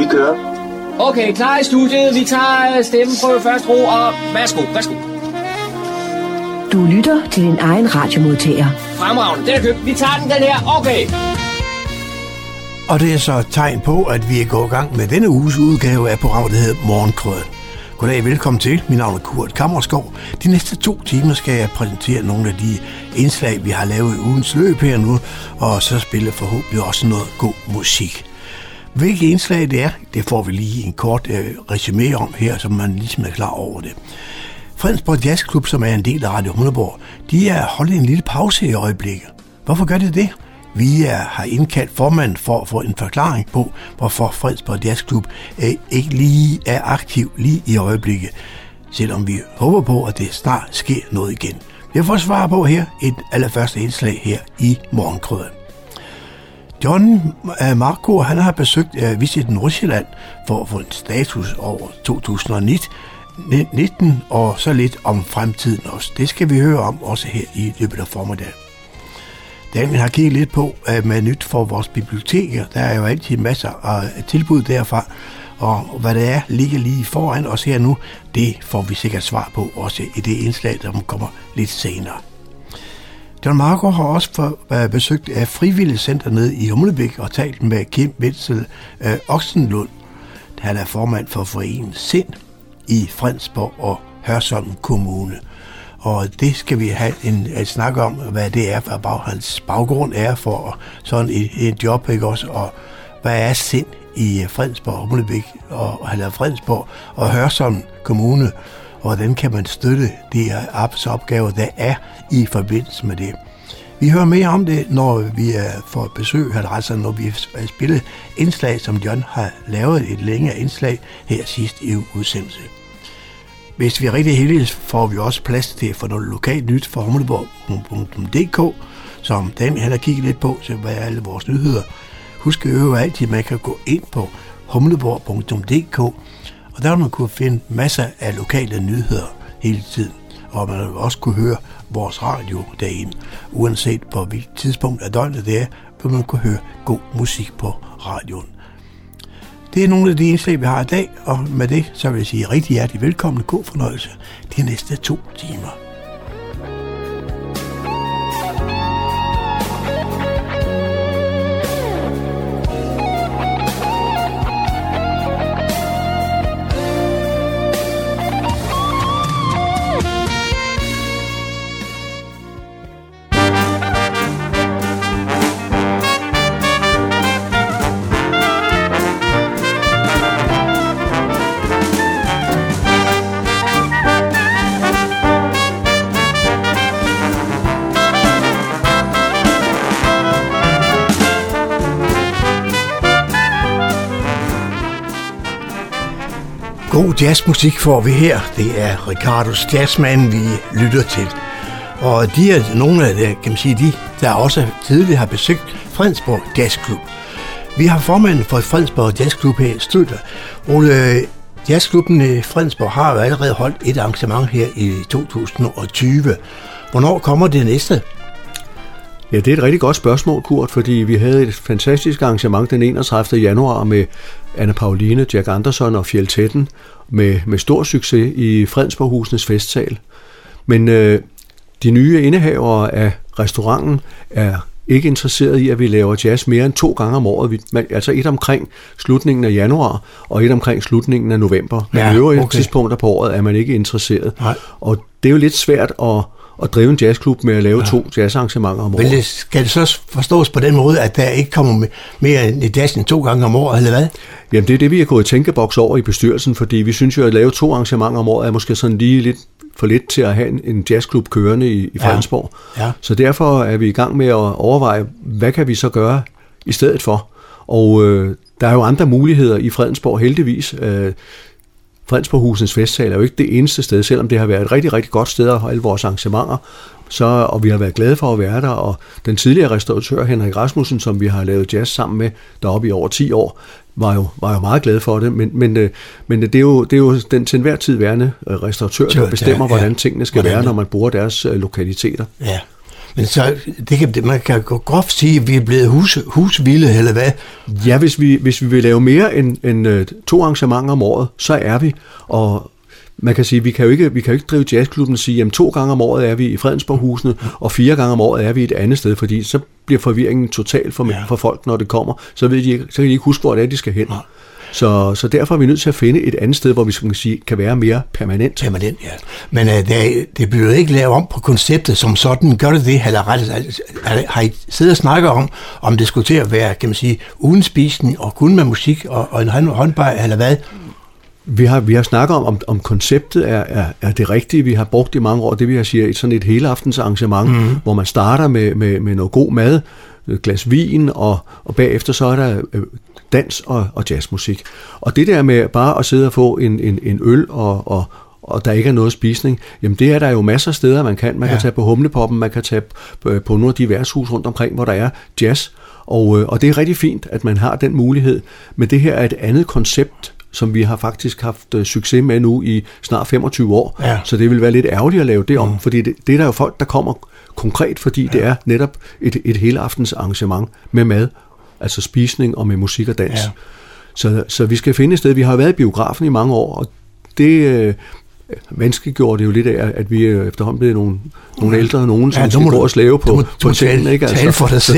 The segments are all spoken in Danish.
Vi kører. Okay, klar i studiet. Vi tager stemmeprøve først, ro, og værsgo. Du lytter til din egen radiomodtager. Fremragende, den er købt. Vi tager den her. Okay. Og det er så et tegn på, at vi er gået i gang med denne uges udgave af programmet, der hedder Morgenkrøden. Goddag, velkommen til. Mit navn er Kurt Kammersgaard. De næste 2 timer skal jeg præsentere nogle af de indslag, vi har lavet i ugens løb her nu, og så spille forhåbentlig også noget god musik. Hvilke indslag det er, det får vi lige en kort resumé om her, så man ligesom er klar over det. Fredensborg Jazzklub, som er en del af Radio Humleborg, de er holdt en lille pause i øjeblikket. Hvorfor gør det det? Vi har indkaldt formanden for at få en forklaring på, hvorfor Fredensborg Jazzklub ikke lige er aktiv lige i øjeblikket, selvom vi håber på, at det snart sker noget igen. Vi får svar på her et allerførste indslag her i Morgenkrøden. John Marco, han har besøgt Visit Nordsjælland for at få en status over 2019 og så lidt om fremtiden også. Det skal vi høre om også her i løbet af formiddagen. Daniel har kigget lidt på med nyt for vores biblioteker. Der er jo altid masser af tilbud derfra, og hvad det er ligger lige foran os her nu, det får vi sikkert svar på også i det indslag, der kommer lidt senere. John Marco har også besøgt frivilligcenter nede i Humlebæk og talt med Kim Wenzel Oksenlund. Han er formand for foreningen Sind i Fredensborg og Hørsholm Kommune. Og det skal vi have en snak om, hvad det er, hvad hans baggrund er for sådan et job, ikke også? Og hvad er Sind i Fredensborg, Humlebæk og Fredensborg og Hørsholm Kommune? Og hvordan kan man støtte de arbejdsopgaver, der er i forbindelse med det? Vi hører mere om det, når vi får besøg, altså når vi spiller indslag, som John har lavet et længere indslag her sidst i udsendelse. Hvis vi er rigtig heldige, får vi også plads til at få noget lokalt nyt fra humleborg.dk, som Daniel har kigget lidt på, så hvad er alle vores nyheder. Husk at øve altid, at man kan gå ind på humleborg.dk, og der vil man kunne finde masser af lokale nyheder hele tiden. Og man vil også kunne høre vores radio derinde. Uanset på hvilket tidspunkt af døgnet det er, vil man kunne høre god musik på radioen. Det er nogle af de indslag, vi har i dag, og med det så vil jeg sige rigtig hjertelig velkommen og god fornøjelse de næste 2 timer. God jazzmusik får vi her. Det er Ricardos Jazzman, vi lytter til. Og de er nogle af de, kan man sige, de, der også tidligere har besøgt Fredensborg Jazzklub. Vi har formanden for Fredensborg Jazzklub her i studiet. Og jazzklubben i Fredensborg har jo allerede holdt et arrangement her i 2020. Hvornår kommer det næste? Ja, det er et rigtig godt spørgsmål, Kurt, fordi vi havde et fantastisk arrangement den 31. januar med Anna Pauline, Jack Anderson og Fjeltetten med stor succes i Fredensborghusenes festsal. Men de nye indehavere af restauranten er ikke interesseret i, at vi laver jazz mere end 2 gange om året. Altså et omkring slutningen af januar og et omkring slutningen af november. Men i øvrige tidspunkter på året er man ikke interesseret. Nej. Og det er jo lidt svært at drive en jazzklub med at lave 2 jazzarrangementer om året. Skal det så forstås på den måde, at der ikke kommer mere end jazz end 2 gange om året, eller hvad? Jamen det er det, vi har gået i tænkeboks over i bestyrelsen, fordi vi synes jo, at lave 2 arrangementer om året er måske sådan lige lidt for lidt til at have en jazzklub kørende i Fredensborg. Ja. Så derfor er vi i gang med at overveje, hvad kan vi så gøre i stedet for? Og der er jo andre muligheder i Fredensborg heldigvis. Fredensborghusens festsal er jo ikke det eneste sted, selvom det har været et rigtig, rigtig godt sted at holde alle vores arrangementer. Og vi har været glade for at være der, og den tidligere restauratør Henrik Rasmussen, som vi har lavet jazz sammen med deroppe i over 10 år, var jo meget glad for det, men det er jo den til enhver tid værende restauratør, der bestemmer, hvordan tingene skal være, når man bruger deres lokaliteter. Ja. Men så, man kan groft sige, at vi er blevet husvilde, eller hvad? Ja, hvis vi vil lave mere end 2 arrangementer om året, så er vi, og man kan sige, vi kan jo ikke drive jazzklubben og sige, at 2 gange om året er vi i Fredensborg-husene, og 4 gange om året er vi et andet sted, fordi så bliver forvirringen total for folk, når det kommer. Så kan de ikke huske, hvor det er, de skal hen. Ja. Så derfor er vi nødt til at finde et andet sted, hvor vi kan være mere permanent. Permanent, ja. Men det bliver ikke lavet om på konceptet som sådan. Gør det det? Eller har I siddet og snakket om det skulle til at være, kan man sige, uden spisning og kun med musik og en håndbar, eller hvad? Vi har snakket om konceptet er det rigtige. Vi har brugt i mange år, det vi har siger, sådan et helaftens arrangement, hvor man starter med noget god mad, et glas vin, og bagefter så er der dans og jazzmusik. Og det der med bare at sidde og få en øl, og der ikke er noget spisning, jamen det er der jo masser af steder, man kan. Man kan tage på Humlepoppen, man kan tage på nogle af de værtshus rundt omkring, hvor der er jazz. Og det er rigtig fint, at man har den mulighed. Men det her er et andet koncept, som vi har faktisk haft succes med nu i snart 25 år. Ja. Så det vil være lidt ærgerligt at lave det om, fordi det er der jo folk, der kommer konkret, fordi det er netop et helaftens arrangement med mad, altså spisning og med musik og dans. Ja. Så vi skal finde et sted. Vi har været i biografen i mange år, og det vanskeliggjorde det jo lidt af, at vi efterhånden blev nogle ældre nogen, som skal gå og slæve på tingene. Ikke? Altså, så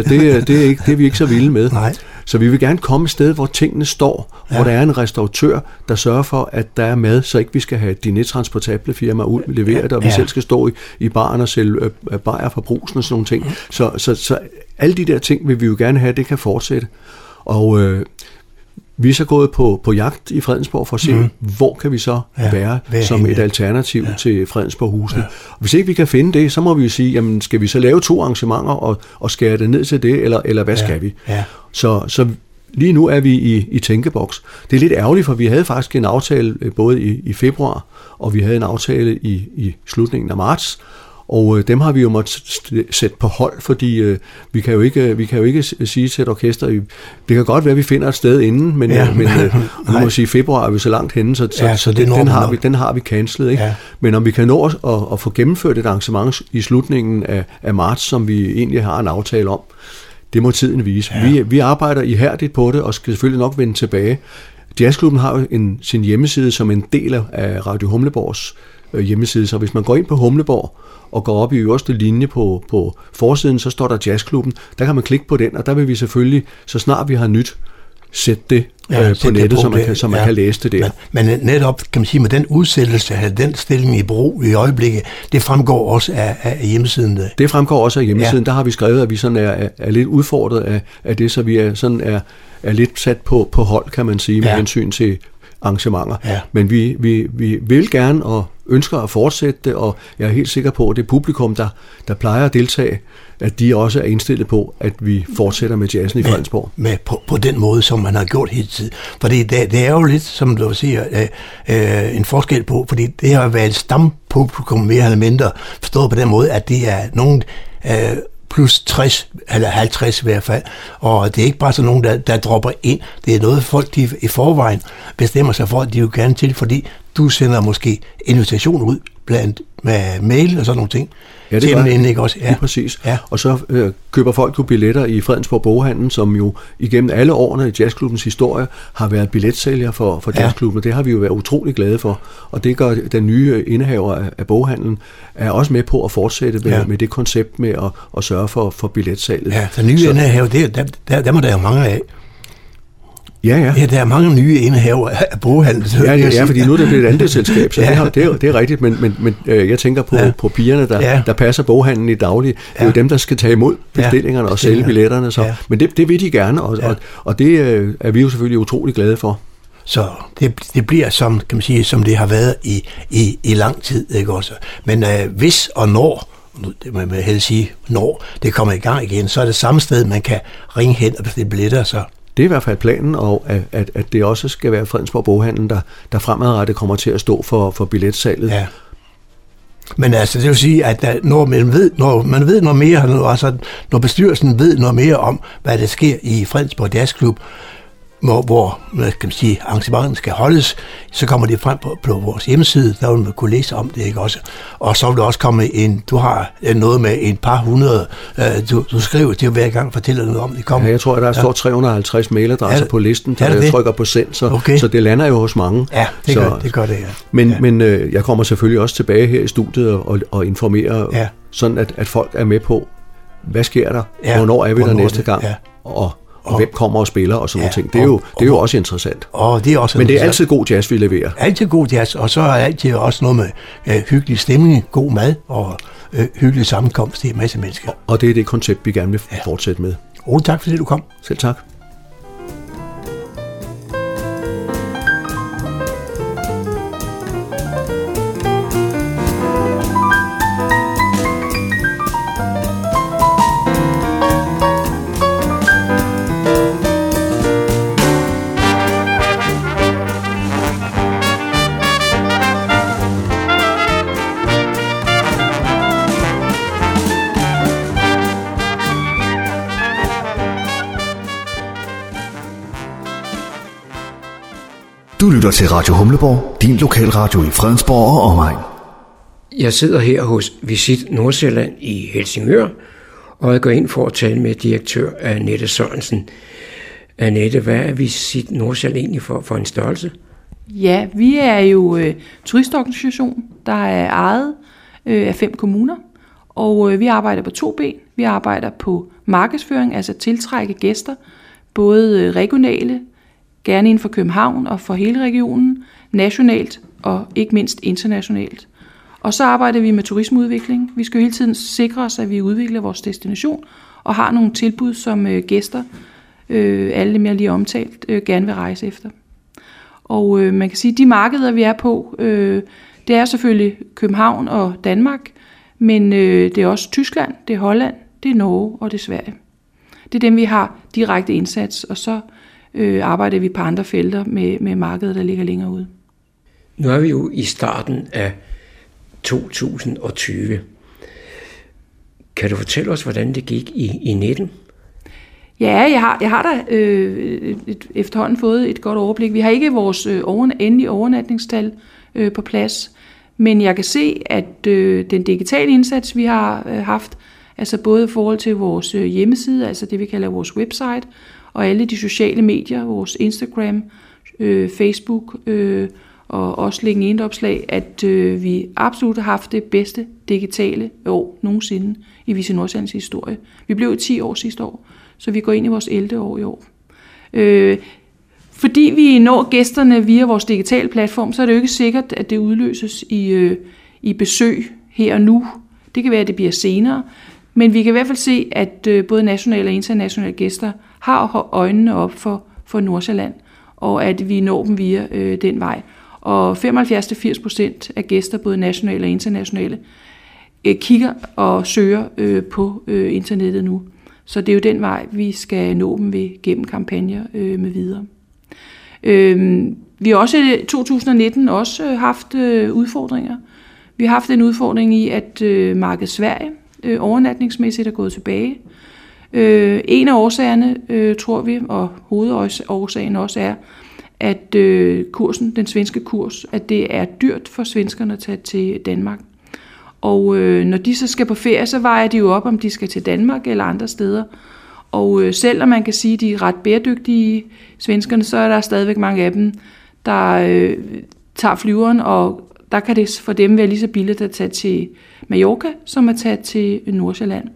det er vi ikke så vilde med. Nej. Så vi vil gerne komme et sted, hvor tingene står, hvor der er en restauratør, der sørger for, at der er mad, så ikke vi skal have de nettransportable firmaer ud leveret det, og vi selv skal stå i baren og sælge bajer fra Brugsen og sådan nogle ting. Så alle de der ting vil vi jo gerne have, det kan fortsætte. Og vi er så gået på jagt i Fredensborg for at se, hvor kan vi så være som et alternativ til Fredensborg-husene. Og hvis ikke vi kan finde det, så må vi jo sige, jamen skal vi så lave 2 arrangementer og skære det ned til det, eller hvad skal vi? Ja. Så lige nu er vi i tænkeboks. Det er lidt ærgerligt, for vi havde faktisk en aftale både i februar, og vi havde en aftale i slutningen af marts, og dem har vi jo måttet sætte på hold, fordi vi kan jo ikke sige til et orkester, det kan godt være, at vi finder et sted inden, men nu må sige, februar er vi så langt henne, så den har vi cancelet. Ikke? Ja. Men om vi kan nå at få gennemført et arrangement i slutningen af marts, som vi egentlig har en aftale om, det må tiden vise. Ja. Vi arbejder ihærdigt på det, og skal selvfølgelig nok vende tilbage. Jazzklubben har jo sin hjemmeside som en del af Radio Humleborgs hjemmeside, så hvis man går ind på Humleborg og går op i øverste linje på forsiden, så står der Jazzklubben. Der kan man klikke på den, og der vil vi selvfølgelig, så snart vi har nyt, sætte det på nettet, så man kan læse det der. Men netop, kan man sige, med den udsættelse af den stilling i brug i øjeblikket, det fremgår også af hjemmesiden. Det fremgår også af hjemmesiden. Ja. Der har vi skrevet, at vi sådan er lidt udfordret af det, så vi er lidt sat på hold, kan man sige, med hensyn til arrangementer. Ja. Men vi vil gerne og ønsker at fortsætte det, og jeg er helt sikker på, at det publikum, der plejer at deltage, at de også er indstillet på, at vi fortsætter med jazzen i Fredensborg. På den måde, som man har gjort hele tiden. Fordi det er jo lidt, som du siger, en forskel på, fordi det har været et stampublikum mere eller mindre, forstået på den måde, at det er nogen plus 60 eller 50 i hvert fald, og det er ikke bare sådan nogen, der dropper ind. Det er noget, folk de i forvejen bestemmer sig for, at de jo gerne til, fordi du sender måske invitation ud blandt med mail og sådan nogle ting. Ja, det var ikke også. Ja. Præcis. Ja. Og så køber folk jo billetter i Fredensborg Boghandel, som jo igennem alle årene i Jazzklubbens historie har været billetsælger for Jazzklubben, og det har vi jo været utrolig glade for. Og det gør den nye indehaver af boghandlen er også med på at fortsætte med det koncept med at sørge for billetsalget. Ja, den nye indehaver, der må der jo mange af. Ja, der er mange nye indehaver af boghandel. Ja, fordi nu er det blevet et andelsselskab, så det er rigtigt, men jeg tænker på pigerne, der passer boghandlen i daglig. Det er jo dem, der skal tage imod bestillingerne og sælge billetterne. Så. Ja. Men det vil de gerne, og det er vi jo selvfølgelig utrolig glade for. Så det bliver som, kan man sige, som det har været i lang tid, ikke også? Men hvis og når, det må man helst sige, når det kommer i gang igen, så er det samme sted, man kan ringe hen og bestille billetter, så. Det er i hvert fald planen, og at det også skal være Fredensborg Boghandel, der fremadrettet kommer til at stå for billetsalget. Ja. Men altså, det vil sige, at når man ved noget mere, altså når bestyrelsen ved noget mere om, hvad der sker i Fredensborg Jazzklub, hvor kan man sige, arrangementet skal holdes, så kommer det frem på vores hjemmeside, der vil man kunne læse om det, ikke også? Og så vil der også komme du har noget med et par hundrede, du skriver til hver gang, fortæller noget om det kommer. Ja, jeg tror, at der står 350 mailadresser på listen, så jeg trykker på send, så det lander jo hos mange. Ja, det gør det, ja. Men jeg kommer selvfølgelig også tilbage her i studiet og informerer, sådan at folk er med på, hvad sker der, hvornår er vi der næste gang, og hvem kommer og spiller og sådan nogle ting. Det er jo også interessant. Og det er også men det er altid god jazz, vi leverer. Altid god jazz, og så er altid også noget med hyggelig stemning, god mad og hyggelig sammenkomst til en masse mennesker. Og det er det koncept, vi gerne vil fortsætte med. Ole, tak fordi du kom. Selv tak. Du lytter til Radio Humleborg, din lokalradio i Fredensborg og omegn. Jeg sidder her hos Visit Nordsjælland i Helsingør, og jeg går ind for at tale med direktør Annette Sørensen. Annette, hvad er Visit Nordsjælland egentlig for en størrelse? Ja, vi er jo turistorganisation, der er ejet af 5 kommuner, og vi arbejder på 2 ben. Vi arbejder på markedsføring, altså tiltrække gæster, både regionale, gerne inden for København og for hele regionen, nationalt og ikke mindst internationalt. Og så arbejder vi med turismeudvikling. Vi skal jo hele tiden sikre os, at vi udvikler vores destination og har nogle tilbud, som gæster, alle dem jeg lige omtalt, gerne vil rejse efter. Og man kan sige, at de markeder, vi er på, det er selvfølgelig København og Danmark, men det er også Tyskland, det er Holland, det er Norge og det er Sverige. Det er dem, vi har direkte indsats, og så arbejder vi på andre felter med markedet, der ligger længere ude. Nu er vi jo i starten af 2020. Kan du fortælle os, hvordan det gik i 19? Ja, jeg har da efterhånden fået et godt overblik. Vi har ikke vores endelige overnatningstal på plads, men jeg kan se, at den digitale indsats, vi har haft, altså både i forhold til vores hjemmeside, altså det vi kalder vores website, og alle de sociale medier, vores Instagram, Facebook og også LinkedIn-opslag, at vi absolut har haft det bedste digitale år nogensinde i Visit Nordsjællands historie. Vi blev 10 år sidste år, så vi går ind i vores 11. år i år. Fordi vi når gæsterne via vores digitale platform, så er det jo ikke sikkert, at det udløses i besøg her og nu. Det kan være, at det bliver senere, men vi kan i hvert fald se, at både nationale og internationale gæster har øjnene op for Nordsjælland, og at vi når dem via den vej. Og 75-80% af gæster, både nationale og internationale, kigger og søger på internettet nu. Så det er jo den vej, vi skal nå dem ved gennem kampagner med videre. Vi har også i 2019 også haft udfordringer. Vi har haft en udfordring i, at markedet Sverige overnatningsmæssigt er gået tilbage. En af årsagerne, tror vi, og hovedårsagen også er, at den svenske kurs, at det er dyrt for svenskerne at tage til Danmark. Og når de så skal på ferie, så vejer de jo op, om de skal til Danmark eller andre steder. Og selvom man kan sige, at de er ret bæredygtige, svenskerne, så er der stadigvæk mange af dem, der tager flyveren, og der kan det for dem være lige så billigt at tage til Mallorca, som at tage til Nordsjælland.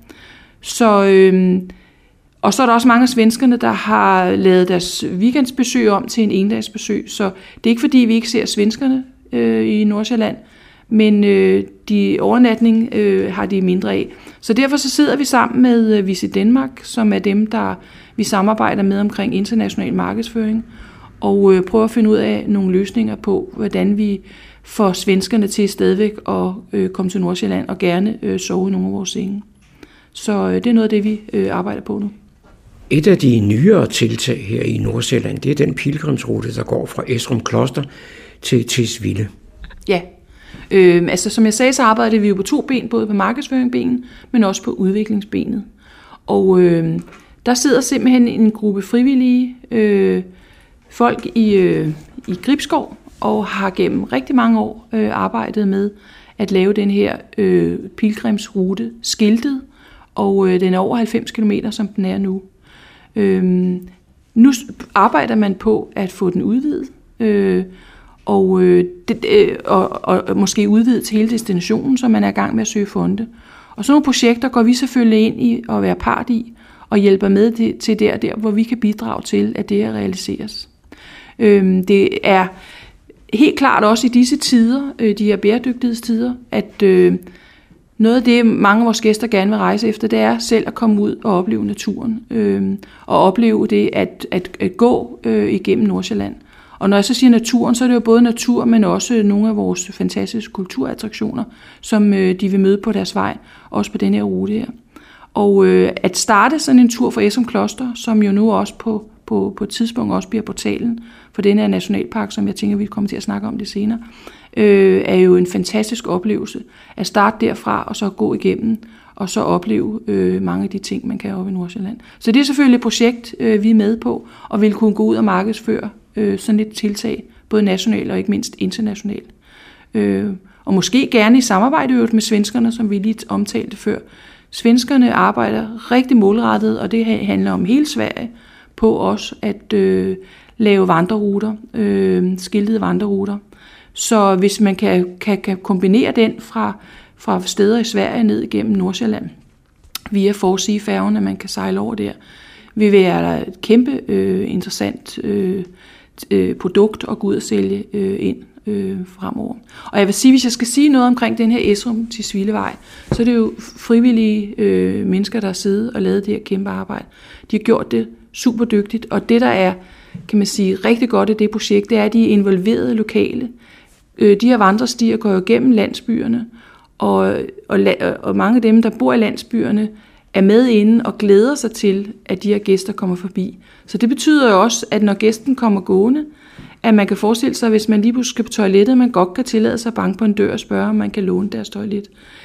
Og så er der også mange af svenskerne, der har lavet deres weekendsbesøg om til en endagsbesøg. Så det er ikke fordi, vi ikke ser svenskerne i Nordsjælland, men de overnatning har de mindre af. Så derfor så sidder vi sammen med Visit Danmark, som er dem, der vi samarbejder med omkring international markedsføring, og prøver at finde ud af nogle løsninger på, hvordan vi får svenskerne til stadigvæk at komme til Nordsjælland og gerne sove i nogle af vores senge. Så det er noget af det, vi arbejder på nu. Et af de nyere tiltag her i Nordsjælland, det er den pilgrimsrute, der går fra Esrum Kloster til Tisvilde. Ja, altså som jeg sagde, så arbejder vi jo på 2 ben, både på markedsføringsbenet, men også på udviklingsbenet. Og der sidder simpelthen en gruppe frivillige, folk i Gribskov, og har gennem rigtig mange år arbejdet med at lave den her pilgrimsrute skiltet, og den er over 90 km, som den er nu. Nu arbejder man på at få den udvidet, og måske udvidet til hele destinationen, så man er i gang med at søge fonde. Og sådan nogle projekter går vi selvfølgelig ind i og være part i, og hjælper med til der, hvor vi kan bidrage til, at det her realiseres. Det er helt klart også i disse tider, de her bæredygtighedstider, at noget af det, mange af vores gæster gerne vil rejse efter, det er selv at komme ud og opleve naturen. Og opleve det at gå igennem Nordsjælland. Og når jeg så siger naturen, så er det jo både natur, men også nogle af vores fantastiske kulturattraktioner, som de vil møde på deres vej, også på den her rute her. Og at starte sådan en tur fra Esrum Kloster, som jo nu også på et tidspunkt også bliver portalen for den her nationalpark, som jeg tænker, vi kommer til at snakke om det senere, er jo en fantastisk oplevelse. At starte derfra, og så gå igennem, og så opleve mange af de ting, man kan oppe i Nordsjælland. Så det er selvfølgelig et projekt, vi er med på, og vil kunne gå ud og markedsføre sådan et tiltag, både nationalt og ikke mindst internationalt. Og måske gerne i samarbejde med svenskerne, som vi lige omtalte før. Svenskerne arbejder rigtig målrettet, og det handler om hele Sverige, på også at lave vandreruter, skiltede vandreruter. Så hvis man kan kombinere den fra steder i Sverige ned igennem Nordsjælland, via Forsige-færgen, at man kan sejle over der, vil være et kæmpe interessant produkt at gå ud og sælge ind fremover. Og jeg vil sige, hvis jeg skal sige noget omkring den her Esrum til Svilevej, så er det jo frivillige mennesker, der har siddet og lavet det her kæmpe arbejde. De har gjort det super dygtigt, og det der er, kan man sige, rigtig godt i det projekt, det er, at de er involverede lokale. De her vandrestier går jo gennem landsbyerne, og mange af dem, der bor i landsbyerne, er med inde og glæder sig til, at de her gæster kommer forbi. Så det betyder jo også, at når gæsten kommer gående, at man kan forestille sig, hvis man lige pludselig skal på toilettet, man godt kan tillade sig at banke på en dør og spørge, om man kan låne deres toilet.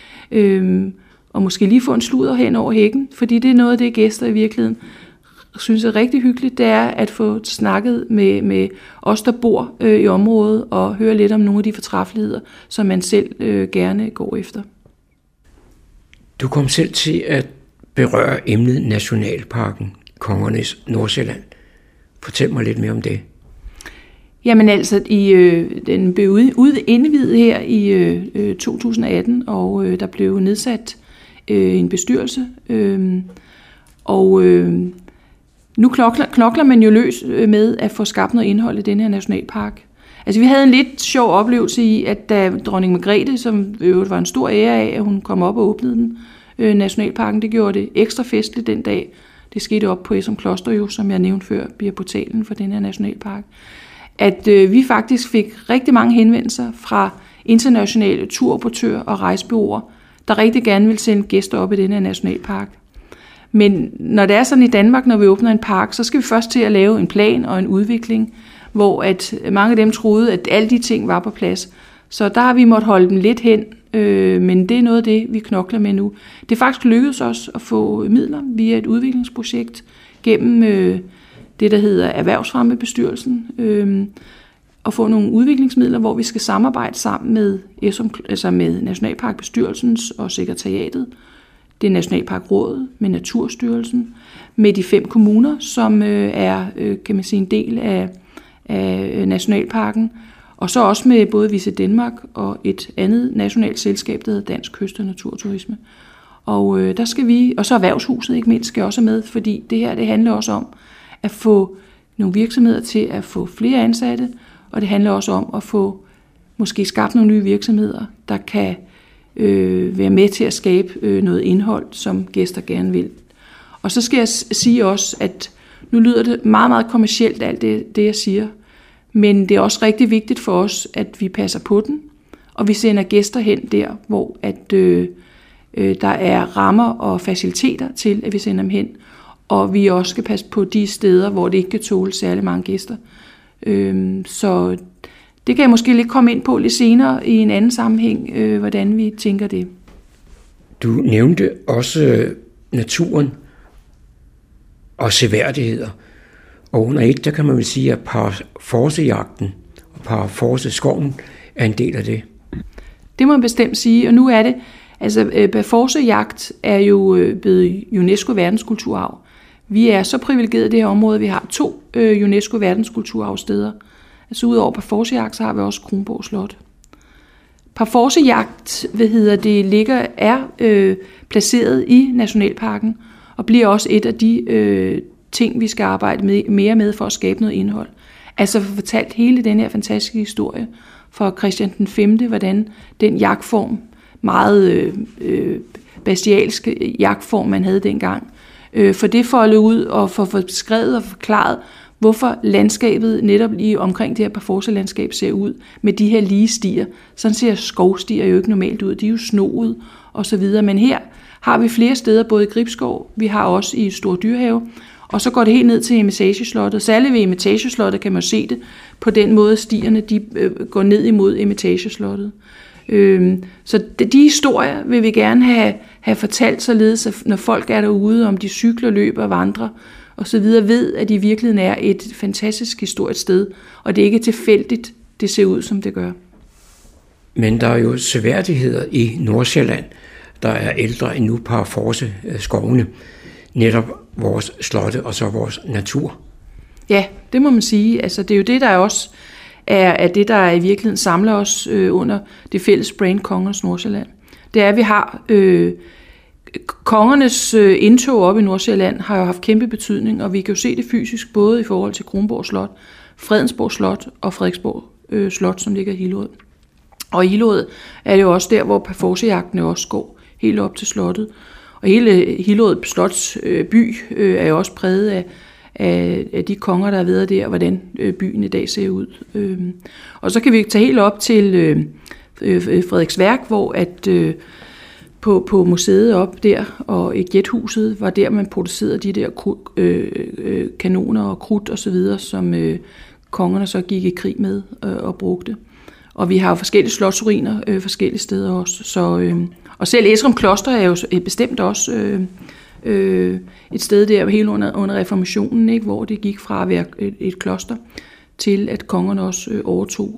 Og måske lige få en sludder hen over hækken, fordi det er noget af det, gæster i virkeligheden synes er rigtig hyggeligt, det er at få snakket med os, der bor i området, og høre lidt om nogle af de fortræffeligheder, som man selv gerne går efter. Du kom selv til at berøre emnet Nationalparken, Kongernes Nordsjælland. Fortæl mig lidt mere om det. Jamen altså, den blev indviet her i 2018, og der blev nedsat en bestyrelse, nu knokler man jo løs med at få skabt noget indhold i den her nationalpark. Altså vi havde en lidt sjov oplevelse i, at da dronning Margrethe, som jo var en stor ære af, at hun kom op og åbnede den, nationalparken, det gjorde det ekstra festligt den dag. Det skete op på Esrum Kloster jo, som jeg nævnte før, bliver portalen for den her nationalpark. At vi faktisk fik rigtig mange henvendelser fra internationale turoperatører og rejsebureauer, der rigtig gerne vil sende gæster op i den her nationalpark. Men når det er sådan i Danmark, når vi åbner en park, så skal vi først til at lave en plan og en udvikling, hvor at mange af dem troede, at alle de ting var på plads. Så der har vi måttet holde dem lidt hen, men det er noget af det, vi knokler med nu. Det er faktisk lykkedes os at få midler via et udviklingsprojekt gennem det, der hedder Erhvervsfremmebestyrelsen, og få nogle udviklingsmidler, hvor vi skal samarbejde sammen med Nationalparkbestyrelsens og sekretariatet. Det er Nationalparkrådet, med Naturstyrelsen, med de 5 kommuner, som er, kan man sige, en del af nationalparken, og så også med både Visit Danmark og et andet nationalt selskab, der hedder Dansk Kyst- og Naturturisme. Og der skal vi, og så Erhvervshuset ikke mindst, skal også med, fordi det her, det handler også om at få nogle virksomheder til at få flere ansatte, og det handler også om at få måske skabt nogle nye virksomheder, der kan være med til at skabe noget indhold, som gæster gerne vil. Og så skal jeg sige også, at nu lyder det meget, meget kommercielt, alt det jeg siger, men det er også rigtig vigtigt for os, at vi passer på den, og vi sender gæster hen der, hvor at, der er rammer og faciliteter til, at vi sender dem hen, og vi også skal passe på de steder, hvor det ikke kan tåle særlig mange gæster. Så det kan jeg måske lidt komme ind på lidt senere i en anden sammenhæng, hvordan vi tænker det. Du nævnte også naturen og seværdigheder. Og under et, der kan man vel sige, at Paraforsejagten og Paraforseskoven er en del af det. Det må man bestemt sige, og nu er det, altså Paraforsejagt er jo blevet UNESCO verdenskulturarv. Vi er så privilegerede i det her område, vi har 2 UNESCO verdenskulturarvsteder. Altså udover Paraforsejagt, så har vi også Kronborg Slot. Paraforsejagt, er placeret i Nationalparken, og bliver også et af de ting, vi skal arbejde mere med for at skabe noget indhold. Altså for fortalt hele den her fantastiske historie fra Christian den 5., hvordan den jagtform, meget bestialske jagtform, man havde dengang, for det foldet ud og for beskrevet og forklaret, hvorfor landskabet netop lige omkring det her Paraforselandskab ser ud med de her lige stier. Sådan ser skovstier jo ikke normalt ud, de er jo snoet og så videre, men her har vi flere steder, både i Gribskov, vi har også i Stor Dyrehave, og så går det helt ned til Eremitageslottet. Særligt ved Eremitageslottet kan man se det på den måde, stierne de går ned imod Eremitageslottet. Så de historier vil vi gerne have fortalt således, at når folk er derude, om de cykler, løber, vandrer og så videre, ved, at de i virkeligheden er et fantastisk historisk sted, og det er ikke tilfældigt, det ser ud, som det gør. Men der er jo seværdigheder i Nordsjælland, der er ældre end nu Paraforseskovene, netop vores slotte og så vores natur. Ja, det må man sige. Altså, det er jo det, der også er det, der i virkeligheden samler os under det fælles brand Kongernes Nordsjælland. Det er, at vi har kongernes indtog op i Nordsjælland har jo haft kæmpe betydning, og vi kan jo se det fysisk både i forhold til Kronborg Slot, Fredensborg Slot og Frederiksborg Slot, som ligger i Hillerød. Og i Hillerød er det jo også der, hvor Paraforsejagten også går helt op til slottet. Og hele Hillerød Slots by er jo også præget af de konger, der har været der, hvordan byen i dag ser ud. Og så kan vi tage helt op til Frederiksværk, hvor at på museet op der, og i Jethuset var der, man producerede de der kanoner og krudt og så videre, som kongerne så gik i krig med og brugte. Og vi har jo forskellige slotsruiner forskellige steder også. Så, og selv Esrum Kloster er jo bestemt også et sted der helt under reformationen, ikke, hvor det gik fra at være et kloster til at kongerne også overtog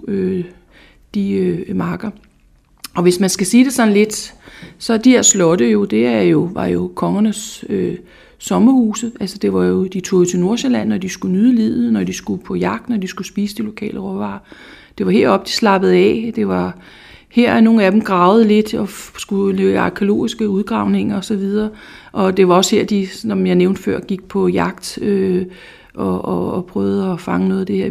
de marker. Og hvis man skal sige det sådan lidt, så de her slotte jo, var jo kongernes sommerhuse. Altså det var jo, de tog til Nordsjælland, når de skulle nyde livet, når de skulle på jagt, når de skulle spise de lokale råvarer. Det var heroppe, de slappede af. Det var her er nogle af dem gravet lidt og skulle lave arkæologiske udgravninger osv. Og det var også her, de, som jeg nævnte før, gik på jagt og prøvede at fange noget af det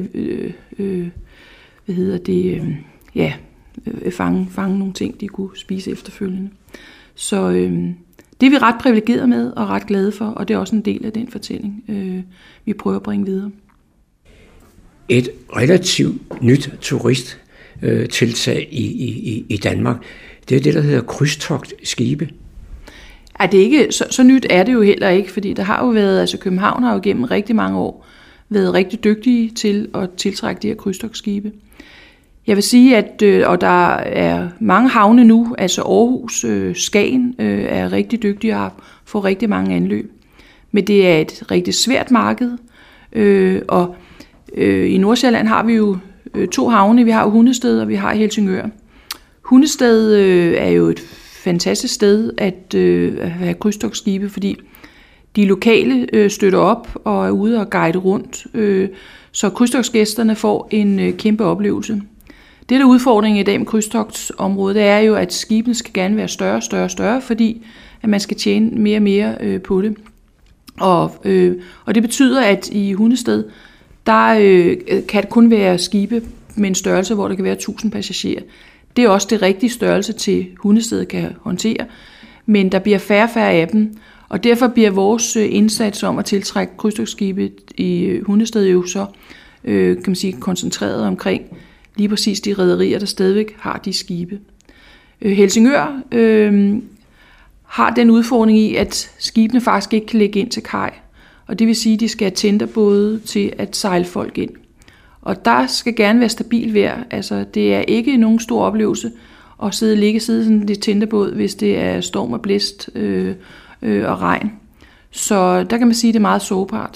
her, fange nogle ting, de kunne spise efterfølgende. Så det er vi ret privilegeret med og ret glade for, og det er også en del af den fortælling, vi prøver at bringe videre. Et relativt nyt turisttiltag i Danmark, det er det, der hedder krydstogtskibe. Ja, det er ikke, så nyt er det jo heller ikke, fordi der har jo været, altså København har jo gennem rigtig mange år været rigtig dygtige til at tiltrække de her krydstogtskibe. Jeg vil sige, at og der er mange havne nu, altså Aarhus, Skagen er rigtig dygtige og får rigtig mange anløb. Men det er et rigtig svært marked, og i Nordsjælland har vi jo 2 havne. Vi har jo Hundested, og vi har Helsingør. Hundested er jo et fantastisk sted at have krydstogtskibe, fordi de lokale støtter op og er ude og guide rundt, så krydstogtgæsterne får en kæmpe oplevelse. Det, der er udfordringen i dag med krydstogtsområdet, det er jo, at skibene skal gerne være større, fordi at man skal tjene mere og mere på det. Og det betyder, at i Hundested, der kan det kun være skibe med en størrelse, hvor der kan være 1000 passagerer. Det er også det rigtige størrelse til Hundested kan håndtere, men der bliver færre af dem, og derfor bliver vores indsats om at tiltrække krydstogtskibe i Hundested jo så kan man sige, koncentreret omkring lige præcis de rederier, der stadigvæk har de skibe. Helsingør har den udfordring i, at skibene faktisk ikke kan lægge ind til kaj, og det vil sige, at de skal have tenderbåde til at sejle folk ind. Og der skal gerne være stabil vejr, altså det er ikke nogen stor oplevelse at sidde sådan en tenderbåd, hvis det er storm og blæst og regn. Så der kan man sige, at det er meget sårbart.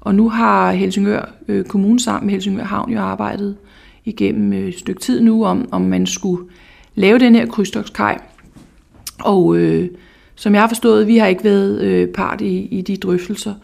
Og nu har Helsingør Kommune sammen med Helsingør Havn jo arbejdet igennem et stykke tid nu, om man skulle lave den her krydstogtskaj. Og som jeg har forstået, vi har ikke været part i de drøftelser.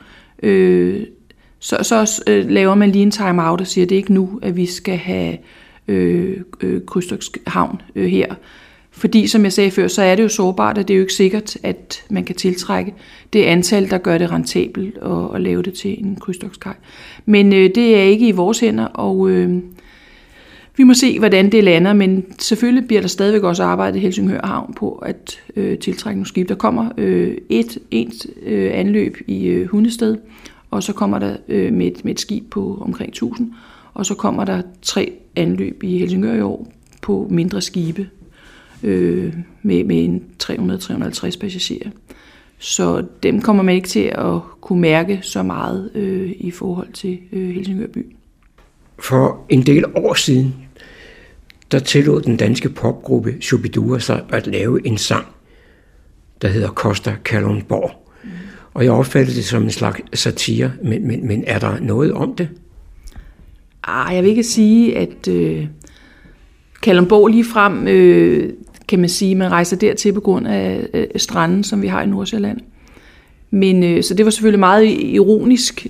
Så laver man lige en time-out og siger, at det er ikke nu, at vi skal have krydstogtshavn her. Fordi, som jeg sagde før, så er det jo sårbart, og det er jo ikke sikkert, at man kan tiltrække det antal, der gør det rentabelt at lave det til en krydstogtskaj. Men det er ikke i vores hænder, og vi må se, hvordan det lander, men selvfølgelig bliver der stadigvæk også arbejdet i Helsingør Havn på at tiltrække nogle skib. Der kommer et anløb i Hundested, og så kommer der med et skib på omkring 1000, og så kommer der 3 anløb i Helsingør i år på mindre skibe med en 300-350 passagerer. Så dem kommer man ikke til at kunne mærke så meget i forhold til Helsingør by. For en del år siden, der tillod den danske popgruppe Shubidua sig at lave en sang, der hedder Costa Kalundborg. Og jeg opfattede det som en slags satire, men er der noget om det? Jeg vil ikke sige, at Kalundborg ligefrem, kan man sige, man rejser dertil på grund af stranden, som vi har i Nordsjælland. Men så det var selvfølgelig meget ironisk.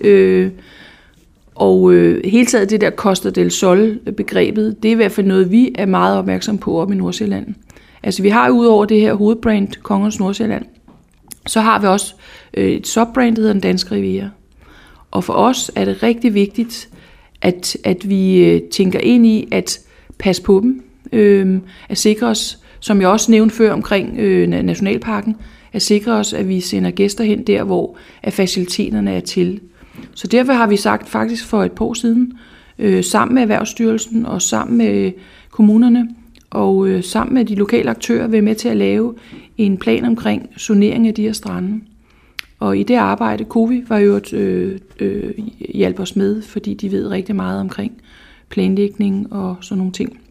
Og hele taget det der Costa del Sol-begrebet, det er i hvert fald noget, vi er meget opmærksom på oppe i Nordsjælland. Altså vi har jo udover det her hovedbrand, Kongernes Nordsjælland, så har vi også et subbrand, der hedder Den Danske Riviera. Og for os er det rigtig vigtigt, at vi tænker ind i at passe på dem, at sikre os, som jeg også nævnte før omkring Nationalparken, at sikre os, at vi sender gæster hen der, hvor faciliteterne er til. Så derfor har vi sagt faktisk for et par år siden, sammen med Erhvervsstyrelsen og sammen med kommunerne og sammen med de lokale aktører, være med til at lave en plan omkring zonering af de her strande. Og i det arbejde, COVI var jo hjælpe os med, fordi de ved rigtig meget omkring planlægning og sådan nogle ting.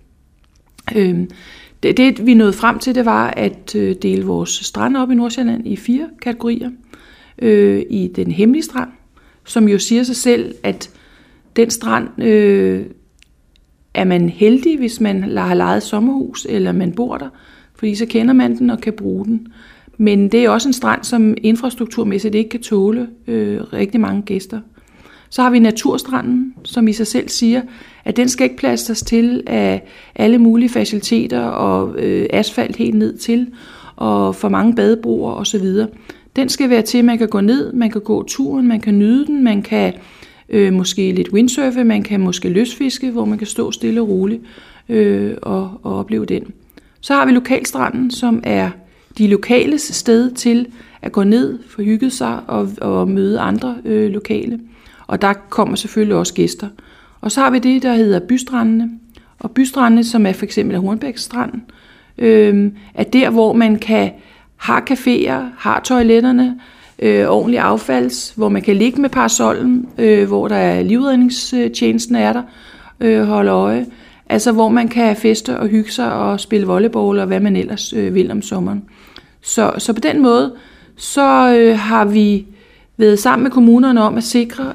Det vi nåede frem til, det var at dele vores strande op i Nordsjælland i 4 kategorier. I den hemmelige strand, som jo siger sig selv, at den strand er man heldig, hvis man har lejet sommerhus, eller man bor der, fordi så kender man den og kan bruge den. Men det er også en strand, som infrastrukturmæssigt ikke kan tåle rigtig mange gæster. Så har vi naturstranden, som i sig selv siger, at den skal ikke plastres til af alle mulige faciliteter og asfalt helt ned til, og for mange badebroer osv. Den skal være til, at man kan gå ned, man kan gå turen, man kan nyde den, man kan måske lidt windsurfe, man kan måske lystfiske, hvor man kan stå stille og roligt og opleve den. Så har vi lokalstranden, som er de lokales sted til at gå ned, forhygge sig og møde andre lokale. Og der kommer selvfølgelig også gæster. Og så har vi det, der hedder bystrandene. Og bystrandene, som er for eksempel Hornbækstranden, er der, hvor man har caféer, har toiletterne, ordentlig affalds, hvor man kan ligge med parasollen, hvor der er livredningstjenesten er der, holde øje. Altså hvor man kan feste og hygge sig og spille volleyball og hvad man ellers vil om sommeren. Så på den måde, så har vi været sammen med kommunerne om at sikre,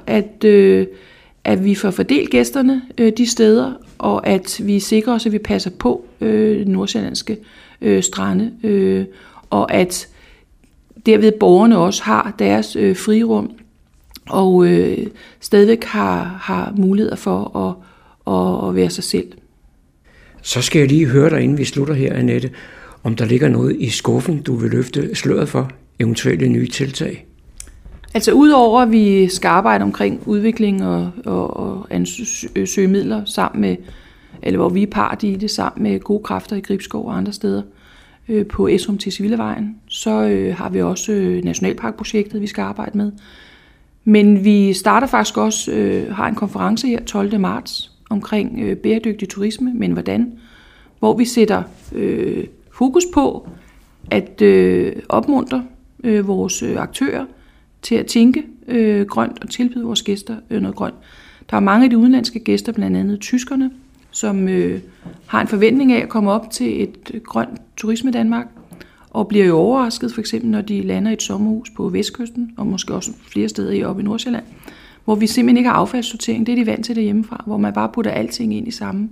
at vi får fordelt gæsterne de steder, og at vi sikrer os, at vi passer på nordsjællandske strande, og at derved borgerne også har deres frirum, og stadigvæk har muligheder for at være sig selv. Så skal jeg lige høre dig, inden vi slutter her, Annette, om der ligger noget i skuffen, du vil løfte sløret for, eventuelle nye tiltag. Altså udover at vi skal arbejde omkring udvikling og søge midler sammen med, eller hvor vi er part i det, sammen med Gode Kræfter i Gribskov og andre steder på Esrum til Civilevejen, så har vi også Nationalparkprojektet, vi skal arbejde med. Men vi starter faktisk også, har en konference her 12. marts omkring bæredygtig turisme, men hvordan, hvor vi sætter fokus på at opmuntre vores aktører til at tænke grønt og tilbyde vores gæster noget grønt. Der er mange af de udenlandske gæster, blandt andet tyskerne, som har en forventning af at komme op til et grønt turisme i Danmark, og bliver jo overrasket, for eksempel når de lander i et sommerhus på Vestkysten, og måske også flere steder oppe i Nordsjælland, hvor vi simpelthen ikke har affaldssortering. Det er de vant til derhjemmefra, hvor man bare putter alting ind i samme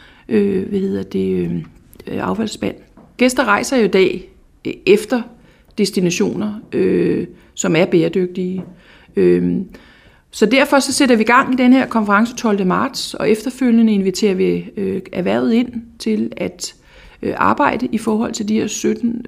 affaldsspand. Gæster rejser jo i dag efter destinationer, som er bæredygtige. Så derfor så sætter vi gang i den her konference 12. marts, og efterfølgende inviterer vi erhvervet ind til at arbejde i forhold til de her 17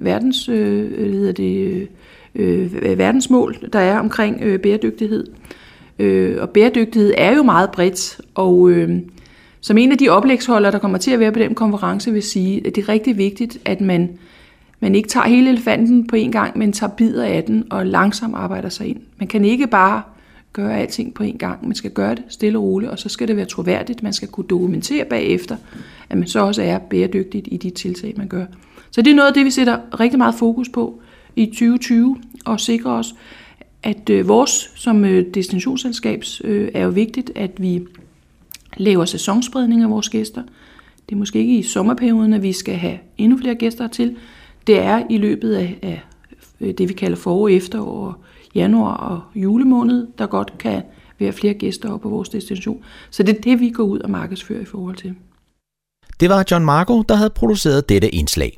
verdensmål, der er omkring bæredygtighed. Og bæredygtighed er jo meget bredt, og som en af de oplægsholdere, der kommer til at være på den konference, vil sige, at det er rigtig vigtigt, at man ikke tager hele elefanten på en gang, men tager bidder af den og langsomt arbejder sig ind. Man kan ikke bare gøre alting på en gang. Man skal gøre det stille og roligt, og så skal det være troværdigt. Man skal kunne dokumentere bagefter, at man så også er bæredygtigt i de tiltag, man gør. Så det er noget af det, vi sætter rigtig meget fokus på i 2020, og sikrer os, at vores som destinationsselskabs er jo vigtigt, at vi laver sæsonspredning af vores gæster. Det er måske ikke i sommerperioden, at vi skal have endnu flere gæster til. Det er i løbet af det, vi kalder forår, efterår, januar og julemåned, der godt kan være flere gæster op på vores destination. Så det er det, vi går ud og markedsfører i forhold til. Det var John Marco, der havde produceret dette indslag.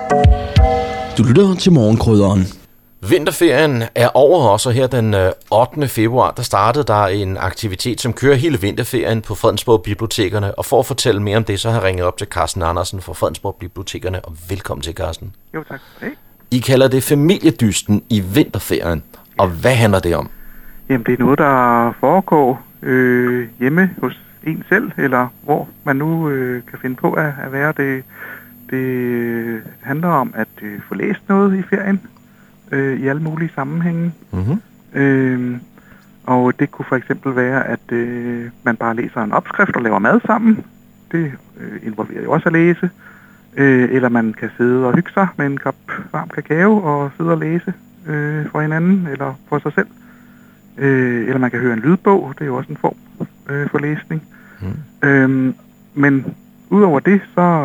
Du lytter til Morgenkrydderen. Vinterferien er over os, og her den 8. februar, der startede der en aktivitet, som kører hele vinterferien på Fredensborg Bibliotekerne. Og for at fortælle mere om det, så har jeg ringet op til Carsten Andersen fra Fredensborg Bibliotekerne, og velkommen til, Carsten. Jo, tak for det. I kalder det familiedysten i vinterferien, og hvad handler det om? Jamen, det er noget, der foregår hjemme hos en selv, eller hvor man nu kan finde på at være. Det handler om at få læst noget i ferien, i alle mulige sammenhænge. Mm-hmm. Og det kunne for eksempel være, at man bare læser en opskrift og laver mad sammen. Det involverer jo også at læse. Eller man kan sidde og hygge sig med en kop varm kakao og sidde og læse for hinanden eller for sig selv. Eller man kan høre en lydbog. Det er jo også en form for læsning. Mm. Men udover det,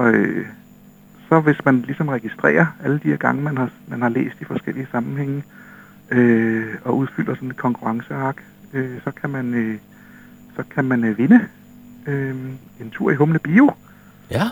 så hvis man ligesom registrerer alle de her gange, man har læst i forskellige sammenhænge, og udfylder sådan et konkurrenceark, så kan man vinde en tur i Humle Bio. Ja.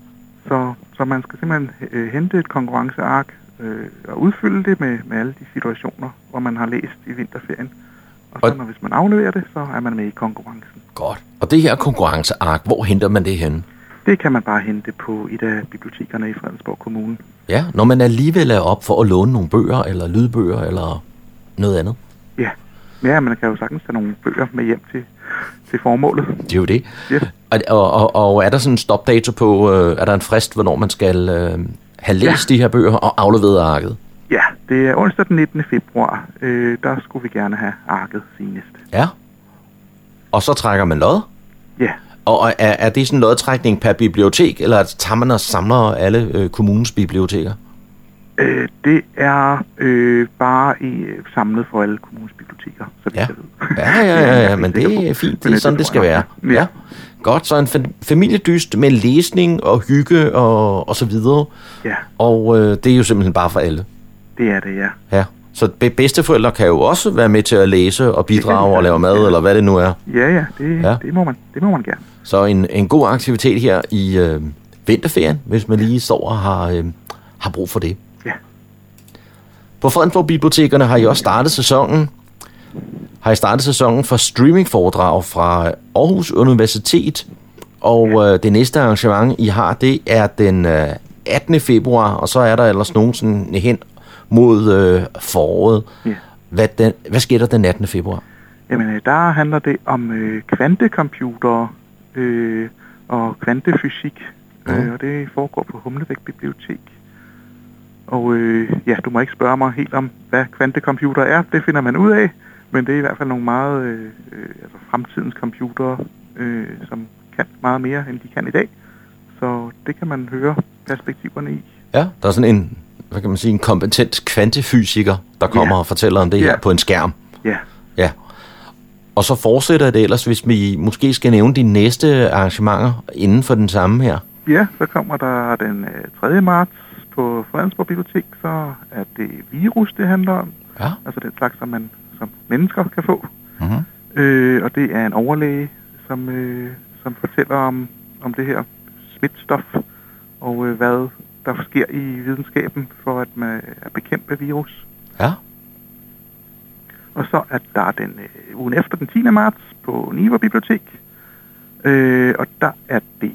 Så man skal simpelthen hente et konkurrenceark og udfylde det med alle de situationer, hvor man har læst i vinterferien. Og så hvis man afleverer det, så er man med i konkurrencen. Godt. Og det her konkurrenceark, hvor henter man det henne? Det kan man bare hente på et af bibliotekerne i Fredensborg Kommune. Ja, når man alligevel er op for at låne nogle bøger, eller lydbøger, eller noget andet? Ja, man kan jo sagtens tage nogle bøger med hjem til formålet. Det er jo det. Ja. Og er der sådan en stopdato på, er der en frist, hvornår man skal have læst de her bøger og afleveret arket? Ja, det er onsdag den 19. februar. Der skulle vi gerne have arket senest. Ja. Og så trækker man lod? Ja. Og er det sådan en lodtrækning per bibliotek, eller tager man og samler alle kommunens biblioteker? Det er bare samlet for alle kommunens biblioteker, så det kan vide. Ja, men det er fint. Det er sådan, det skal være. Ja. Godt, så en familiedyst med læsning og hygge og så videre. Ja. Og det er jo simpelthen bare for alle. Det er det, ja. Ja. Så bedsteforældre kan jo også være med til at læse og bidrage og lave mad, eller hvad det nu er. Ja, det må man gerne. Så en god aktivitet her i vinterferien, hvis man lige står og har brug for det. Ja. På Fredensborg Bibliotekerne har I også startet sæsonen. Har I startet sæsonen for streamingforedrag fra Aarhus Universitet. Og det næste arrangement, I har, det er den 18. februar, og så er der ellers nogen sådan hen mod foråret. Ja. Hvad sker der den 18. februar? Jamen, der handler det om kvantecomputere og kvantefysik, og det foregår på Humlebæk Bibliotek. Og du må ikke spørge mig helt om, hvad kvantecomputere er. Det finder man ud af, men det er i hvert fald nogle meget fremtidens computere, som kan meget mere, end de kan i dag. Så det kan man høre perspektiverne i. Ja, der er sådan en kompetent kvantefysiker, der kommer og fortæller om det her på en skærm. Ja. Og så fortsætter det ellers, hvis vi måske skal nævne de næste arrangementer inden for den samme her. Ja, så kommer der den 3. marts på Fredensborg Bibliotek, så er det virus, det handler om. Ja. Altså den slags, som man som mennesker kan få. Mm-hmm. og det er en overlæge, som fortæller om det her smitstof, og hvad der sker i videnskaben for at bekæmpe virus. Ja. Og så er der den ugen efter, den 10. marts, på Niva Bibliotek. Og der er det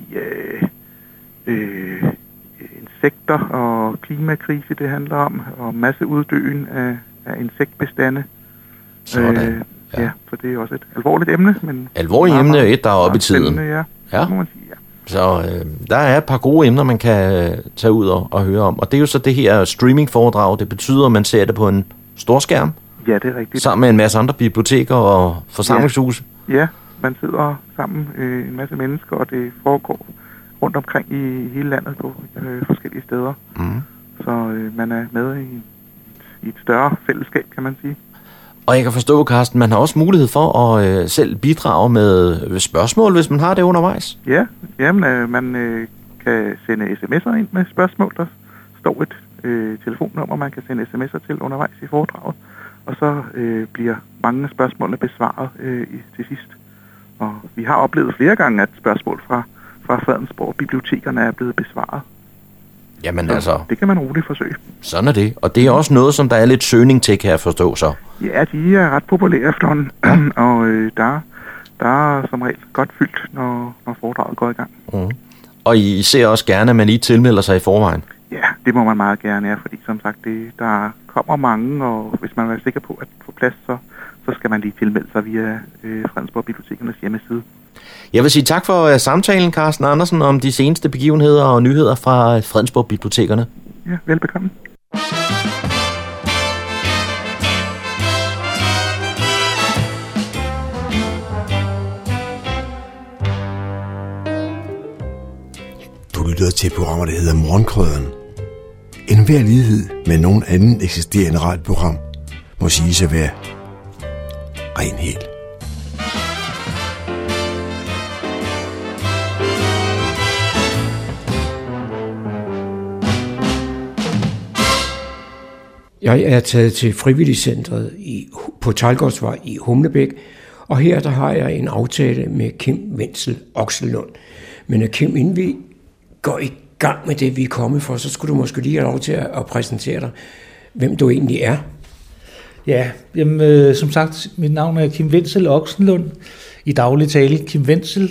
insekter og klimakrise, det handler om, og masse uddøen af insektbestande. Sådan. Ja, så det er også et alvorligt emne. Men alvorligt emne, der er oppe i tiden. Ja. Må man sige, ja. Så der er et par gode emner, man kan tage ud og høre om. Og det er jo så det her streamingforedrag. Det betyder, at man ser det på en storskærm. Ja, det er rigtigt. Sammen med en masse andre biblioteker og forsamlingshuse. Ja, man sidder sammen, en masse mennesker, og det foregår rundt omkring i hele landet på forskellige steder. Mm. Så man er med i et større fællesskab, kan man sige. Og jeg kan forstå, Carsten, man har også mulighed for at selv bidrage med spørgsmål, hvis man har det undervejs. Ja, jamen, man kan sende sms'er ind med spørgsmål. Der står et telefonnummer, man kan sende sms'er til undervejs i foredraget. Og så bliver mange af spørgsmålene besvaret til sidst. Og vi har oplevet flere gange, at spørgsmål fra Fredensborg bibliotekerne er blevet besvaret. Jamen så altså... det kan man roligt forsøge. Sådan er det. Og det er også noget, som der er lidt søgning til, kan jeg forstå så. Ja, de er ret populære efterhånden. Og der er som regel godt fyldt, når foredraget går i gang. Mm. Og I ser også gerne, at man lige tilmelder sig i forvejen? Ja, det må man meget gerne, ja, fordi som sagt, der kommer mange, og hvis man er sikker på at få plads, så skal man lige tilmelde sig via Fredensborg Bibliotekernes hjemmeside. Jeg vil sige tak for samtalen, Carsten Andersen, om de seneste begivenheder og nyheder fra Fredensborg Bibliotekerne. Ja, velbekomme. Du lytter til programmer, der hedder Morgenkrøderen. En hver lighed med nogen anden eksisterende radioprogram må siges at være ren helt. Jeg er taget til Frivilligcentret på Teglgårdsvej i Humlebæk, og her der har jeg en aftale med Kim Wenzel Okselund. Men Kim, inden vi går i gang med det, vi er kommet for, så skulle du måske lige have lov til at præsentere dig, hvem du egentlig er. Ja, jamen, som sagt, mit navn er Kim Wenzel Okselund. I daglig tale Kim Wenzel.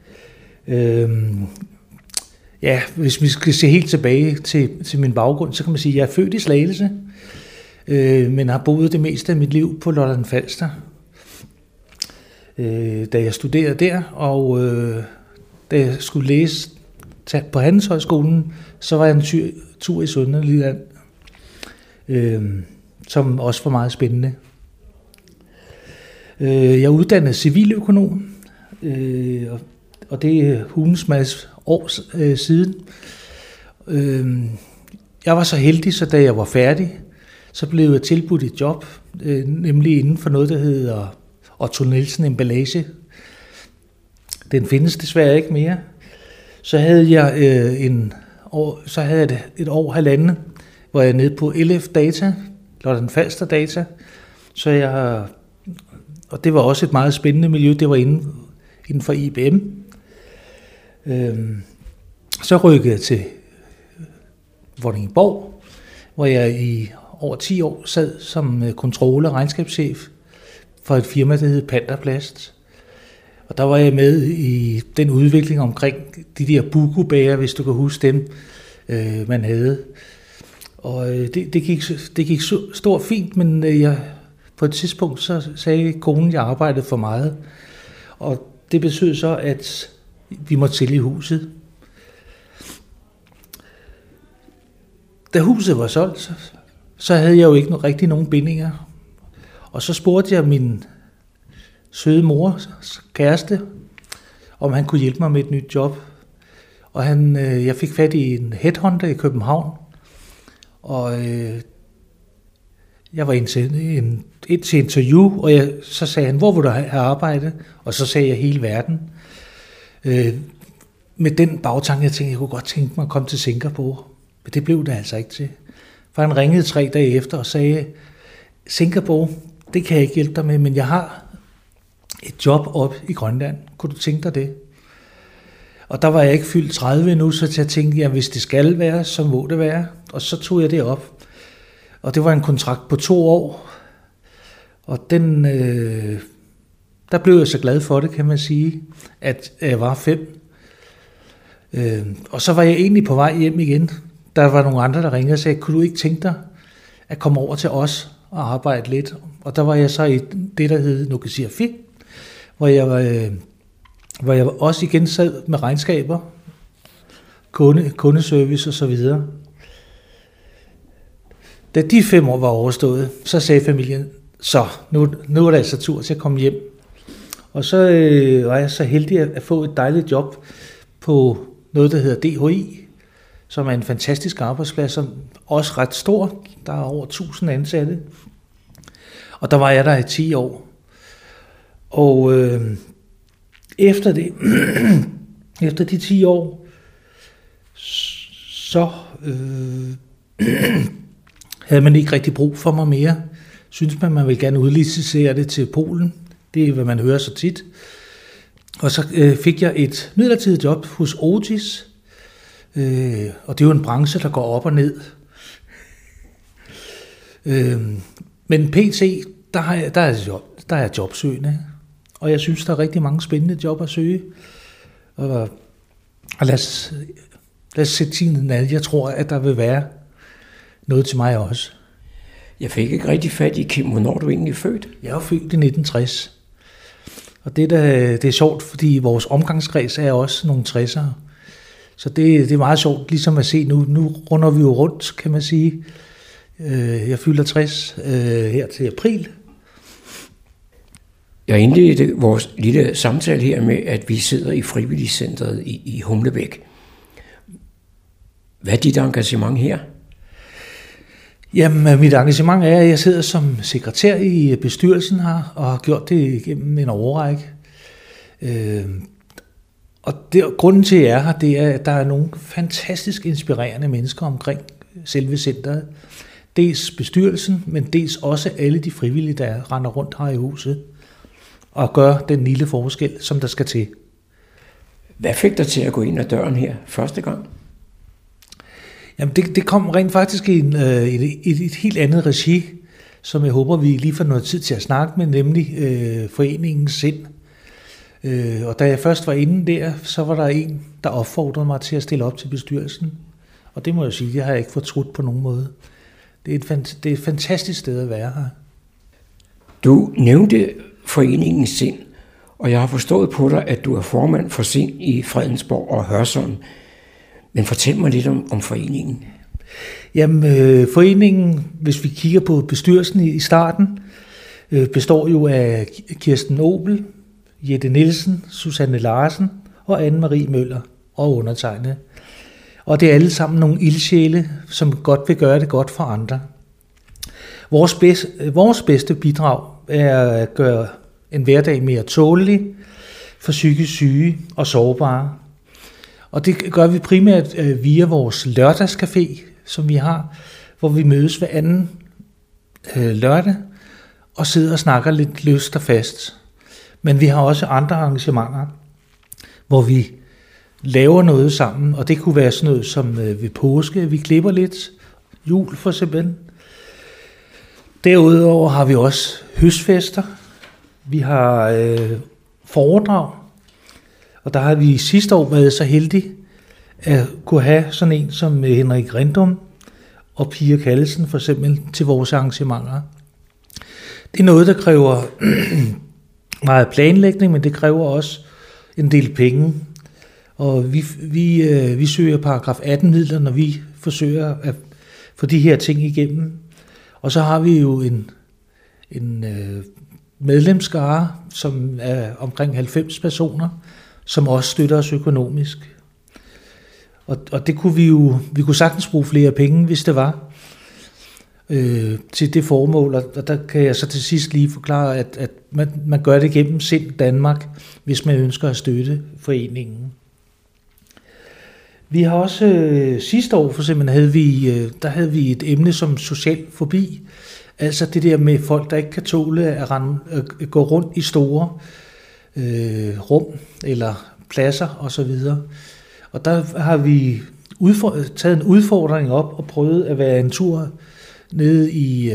Ja, hvis vi skal se helt tilbage til min baggrund, så kan man sige, at jeg er født i Slagelse, men har boet det meste af mit liv på Lolland Falster. Da jeg studerede der, og da jeg skulle læse på Handelshøjskolen, så var jeg en tur i Sønderjylland, som også var meget spændende. Jeg er uddannet civiløkonom, og det er hulens masse år siden. Jeg var så heldig, så da jeg var færdig, så blev jeg tilbudt et job, nemlig inden for noget, der hedder Otto Nielsen Emballage. Den findes desværre ikke mere. Så havde jeg et år halvandet, hvor jeg er nede på LF Data, Lolland Falster Data. Og det var også et meget spændende miljø. Det var inden for IBM. Så rykkede jeg til Vordingborg, hvor jeg i over 10 år sad som controller og regnskabschef for et firma, der hed Panterplast. Og der var jeg med i den udvikling omkring de der bukobager, hvis du kan huske dem, man havde. Og det gik stort fint, men på et tidspunkt så sagde konen, at jeg arbejdede for meget. Og det betød så, at vi måtte sælge huset. Da huset var solgt, så havde jeg jo ikke rigtig nogen bindinger. Og så spurgte jeg min søde mors kæreste, om han kunne hjælpe mig med et nyt job. Og jeg fik fat i en headhunter i København. Og jeg var ind til interview, og så sagde han, hvor vil du have arbejde? Og så sagde jeg hele verden. Med den bagtanke, jeg tænkte, jeg kunne godt tænke mig at komme til Singapore. Men det blev det altså ikke til. For han ringede 3 dage efter og sagde, Singapore, det kan jeg ikke hjælpe dig med, men jeg har et job op i Grønland. Kunne du tænke dig det? Og der var jeg ikke fyldt 30 endnu, så jeg tænkte, ja, hvis det skal være, så må det være. Og så tog jeg det op. Og det var en kontrakt på 2 år. Og den, der blev jeg så glad for det, kan man sige, at jeg var 5. Og så var jeg egentlig på vej hjem igen. Der var nogle andre, der ringede og sagde, kunne du ikke tænke dig at komme over til os og arbejde lidt? Og der var jeg så i det, der hed Nokesirfi, hvor jeg også igen sad med regnskaber, kundeservice og så videre. Da de 5 år var overstået, så sagde familien, så nu er det altså tur til at komme hjem. Og så var jeg så heldig at få et dejligt job på noget, der hedder DHI, som er en fantastisk arbejdsplads, som også ret stor. Der er over 1000 ansatte. Og der var jeg der i 10 år. Og efter de 10 år, så havde man ikke rigtig brug for mig mere. Synes man vil gerne udlicensere det til Polen. Det er, hvad man hører så tit. Og så fik jeg et midlertidigt job hos Otis. Og det er jo en branche, der går op og ned. Men PT, der er jobsøgende. Og jeg synes, der er rigtig mange spændende job at søge. Og lad os sætte tiden ad. Jeg tror, at der vil være noget til mig også. Jeg fik ikke rigtig fat i, Kim, hvornår du egentlig er født? Jeg var født i 1960. Og det er sjovt, fordi vores omgangskreds er også nogle 60'ere. Så det er meget sjovt ligesom at se, nu runder vi jo rundt, kan man sige. Jeg fylder 60 her til april. Jeg indledte vores lille samtale her med, at vi sidder i Frivilligcentret i Humlebæk. Hvad er dit engagement her? Jamen, mit engagement er, at jeg sidder som sekretær i bestyrelsen her, og har gjort det gennem en årrække. Og grunden til, at jeg er her, det er, at der er nogle fantastisk inspirerende mennesker omkring selve centret. Dels bestyrelsen, men dels også alle de frivillige, der render rundt her i huset, og gør den lille forskel, som der skal til. Hvad fik dig til at gå ind ad døren her første gang? Jamen, det kom rent faktisk i et helt andet regi, som jeg håber, vi lige får noget tid til at snakke med, nemlig Foreningens Sind. Og da jeg først var inde der, så var der en, der opfordrede mig til at stille op til bestyrelsen. Og det må jeg sige, det har jeg ikke fortrudt på nogen måde. Det er et fantastisk sted at være her. Du nævnte Foreningens Sind, og jeg har forstået på dig, at du er formand for Sind i Fredensborg og Hørsholm. Men fortæl mig lidt om foreningen. Jamen, foreningen, hvis vi kigger på bestyrelsen i starten, består jo af Kirsten Nobel, Jette Nielsen, Susanne Larsen og Anne-Marie Møller og undertegnede. Og det er alle sammen nogle ildsjæle, som godt vil gøre det godt for andre. Vores bedste bidrag er at gøre en hverdag mere tålelig for psykisk syge og sårbare. Og det gør vi primært via vores lørdagscafé, som vi har, hvor vi mødes hver anden lørdag og sidder og snakker lidt løst og fast. Men vi har også andre arrangementer, hvor vi laver noget sammen, og det kunne være sådan noget som ved påske. Vi klipper lidt, jul for eksempel. Derudover har vi også høstfester. Vi har foredrag, og der har vi sidste år været så heldige at kunne have sådan en som Henrik Rindum og Pia Kallesen for eksempel til vores arrangementer. Det er noget, der kræver meget planlægning, men det kræver også en del penge. Og vi søger paragraf 18-midler, når vi forsøger at få de her ting igennem. Og så har vi jo en medlemsskare, som er omkring 90 personer, som også støtter os økonomisk. Og det kunne vi kunne sagtens bruge flere penge, hvis det var, til det formål. Og der kan jeg så til sidst lige forklare, at man gør det gennem Sind Danmark, hvis man ønsker at støtte foreningen. Vi har også sidste år for eksempel havde vi et emne som social fobi. Altså det der med folk, der ikke kan tåle at gå rundt i store rum eller pladser osv. Og der har vi taget en udfordring op og prøvet at være en tur nede i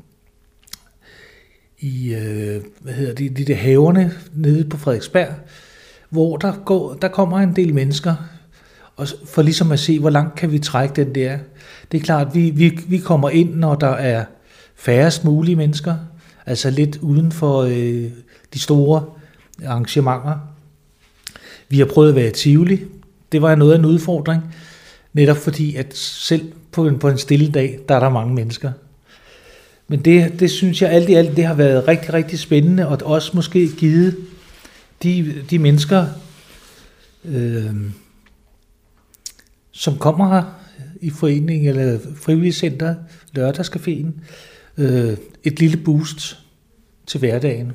de der haverne nede på Frederiksberg, hvor der kommer en del mennesker, og for ligesom at se, hvor langt kan vi trække den der. Det er klart, vi kommer ind, når der er færrest mulige mennesker, altså lidt uden for de store arrangementer. Vi har prøvet at være i Tivoli. Det var noget af en udfordring, netop fordi, at selv på en stille dag, der er der mange mennesker. Men det synes jeg alt i alt, det har været rigtig, rigtig spændende, og også måske givet de mennesker, som kommer her i foreningen eller frivilligcenter, Lørdagscaféen, et lille boost til hverdagen.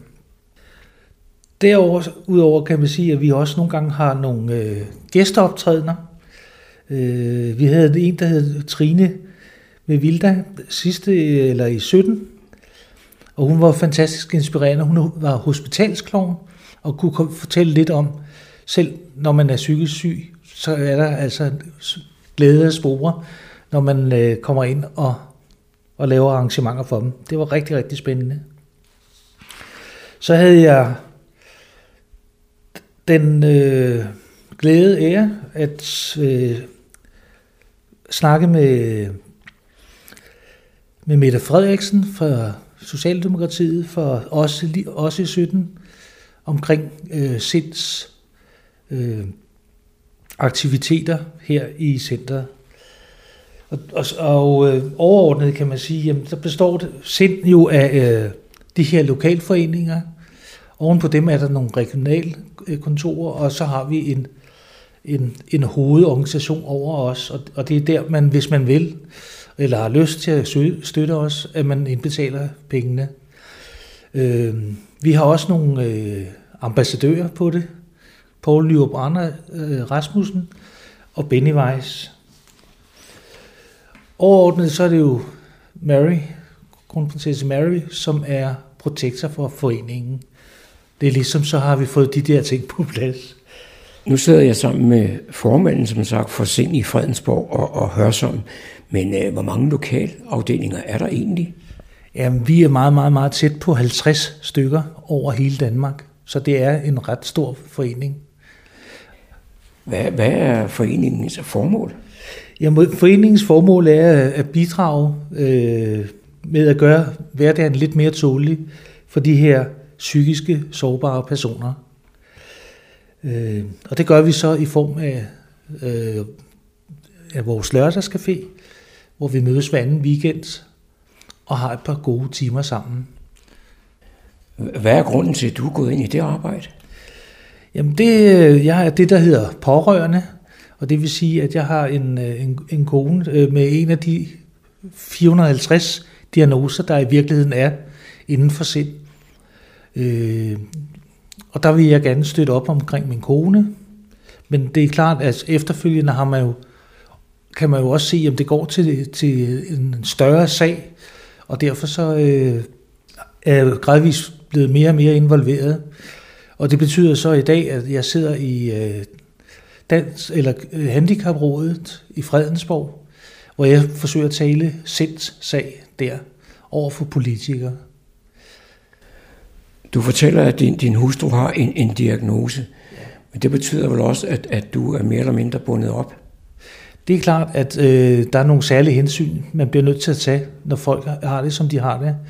Derudover kan man sige, at vi også nogle gange har nogle gæsteoptrædener. Vi havde en, der hed Trine med Vilda i 17, og hun var fantastisk inspirerende. Hun var hospitalsklovn og kunne fortælle lidt om, selv når man er psykisk syg, så er der altså glæde at spore, når man kommer ind og laver arrangementer for dem. Det var rigtig, rigtig spændende. Så havde jeg den glæde ære at snakke med Mette Frederiksen fra Socialdemokratiet, for også i 17, omkring sinds aktiviteter her i centret. Og overordnet kan man sige, jamen, så består sind jo af de her lokalforeninger. Oven på dem er der nogle regionalkontorer, og så har vi en hovedorganisation over os, og det er der, man, hvis man vil, eller har lyst til at støtte os, at man indbetaler pengene. Vi har også nogle ambassadører på det. Poul Nyrup Rasmussen og Benny Weiss. Overordnet så er det jo kronprinsesse Mary, som er protektor for foreningen. Det er ligesom, så har vi fået de der ting på plads. Nu sidder jeg sammen med formanden, som sagt, for Sind i Fredensborg og Hørsholm. Men hvor mange lokalafdelinger er der egentlig? Jamen, vi er meget, meget, meget tæt på 50 stykker over hele Danmark. Så det er en ret stor forening. Hvad er foreningens formål? Jamen, foreningens formål er at bidrage med at gøre hverdagen lidt mere tålelig for de her psykiske, sårbare personer. Og det gør vi så i form af vores lørdagscafé, hvor vi mødes hver anden weekend og har et par gode timer sammen. Hvad er grunden til, at du er gået ind i det arbejde? Jamen, jeg er det, der hedder pårørende, og det vil sige, at jeg har en kone med en af de 450 diagnoser, der i virkeligheden er inden for sind. Og der vil jeg gerne støtte op omkring min kone, men det er klart, at efterfølgende kan man jo også se, at det går til en større sag, og derfor så er jeg gradvist blevet mere og mere involveret. Og det betyder så i dag, at jeg sidder i handicaprådet i Fredensborg, hvor jeg forsøger at tale sinds sag der over for politikere. Du fortæller, at din hustru har en diagnose, men det betyder vel også, at du er mere eller mindre bundet op? Det er klart, at der er nogle særlige hensyn, man bliver nødt til at tage, når folk har det, som de har det.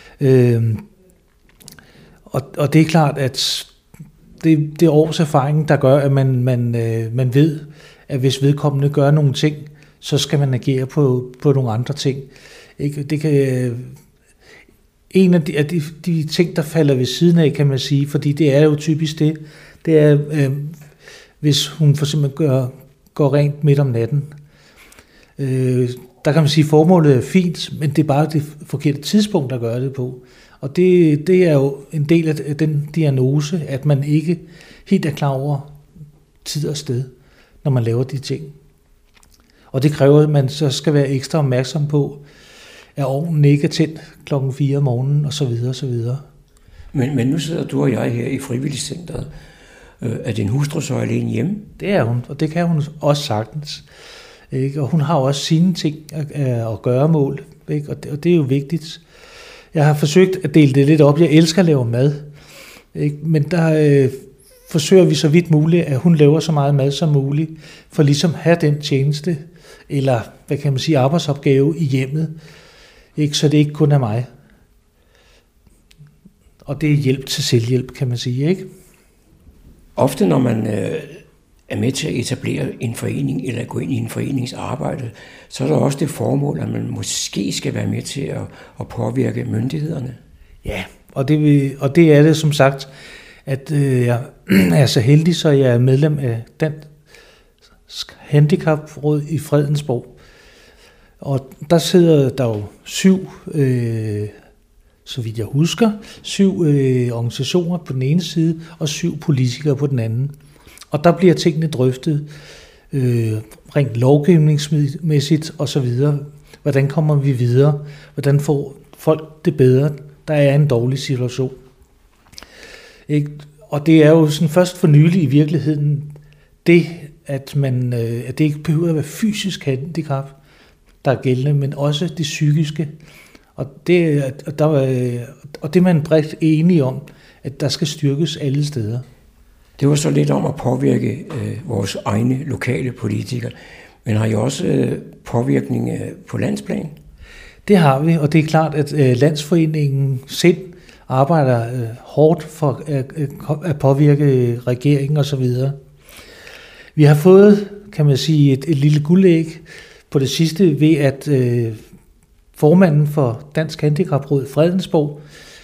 Og det er klart, at det er års erfaring, der gør, at man ved, at hvis vedkommende gør nogle ting, så skal man agere på nogle andre ting. Ikke? Det kan... En af de ting, der falder ved siden af, kan man sige, fordi det er jo typisk det er, hvis hun for eksempel går rent midt om natten. Der kan man sige, at formålet er fint, men det er bare det forkerte tidspunkt, der gør det på. Og det er jo en del af den diagnose, at man ikke helt er klar over tid og sted, når man laver de ting. Og det kræver, at man så skal være ekstra opmærksom på, at ovnen ikke er tændt klokken 4 om morgenen, og så videre, og så videre. Men nu sidder du og jeg her i Frivilligcentret. Er din hustru så alene hjemme? Det er hun, og det kan hun også sagtens. Ikke? Og hun har også sine ting at gøre mål, ikke? Og det er jo vigtigt. Jeg har forsøgt at dele det lidt op. Jeg elsker at lave mad, ikke? Men der forsøger vi så vidt muligt, at hun laver så meget mad som muligt, for ligesom at have den tjeneste, eller hvad kan man sige, arbejdsopgave i hjemmet, ikke? Så det ikke kun er mig. Og det er hjælp til selvhjælp, kan man sige, ikke? Ofte når man er med til at etablere en forening, eller gå ind i en foreningsarbejde, så er der også det formål, at man måske skal være med til at påvirke myndighederne. Ja, og det er det som sagt, at jeg er så heldig, så jeg er medlem af Dansk Handicapråd i Fredensborg. Og der sidder der jo 7, så vidt jeg husker, 7 organisationer på den ene side, og 7 politikere på den anden. Og der bliver tingene drøftet rent lovgivningsmæssigt og så videre. Hvordan kommer vi videre? Hvordan får folk det bedre? Der er en dårlig situation. Ikke? Og det er jo sådan først for nylig i virkeligheden det, at det ikke behøver at være fysisk handicap, der er gældende, men også det psykiske. Og det er man bredt enige om, at der skal styrkes alle steder. Det var så lidt om at påvirke vores egne lokale politikere. Men har I også påvirkning på landsplan? Det har vi, og det er klart, at Landsforeningen SIND arbejder hårdt for at påvirke regeringen osv. Vi har fået, kan man sige, et lille guldæg på det sidste ved, at formanden for Dansk Handicapråd Fredensborg,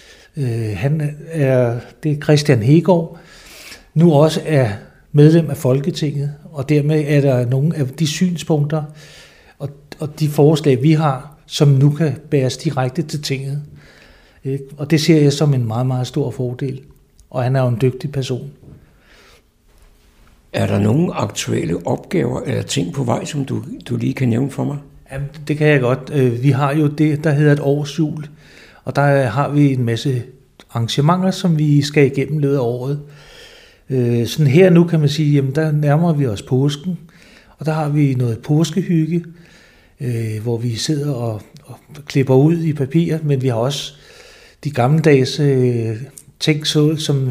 det er Christian Hegaard, nu også er medlem af Folketinget, og dermed er der nogle af de synspunkter og de forslag, vi har, som nu kan bæres direkte til tinget. Og det ser jeg som en meget, meget stor fordel. Og han er jo en dygtig person. Er der nogle aktuelle opgaver eller ting på vej, som du lige kan nævne for mig? Jamen, det kan jeg godt. Vi har jo det, der hedder et årsjul, og der har vi en masse arrangementer, som vi skal igennem løbet af året. Sådan her nu kan man sige, jamen der nærmer vi os påsken, og der har vi noget påskehygge, hvor vi sidder og klipper ud i papir, men vi har også de gammeldags ting som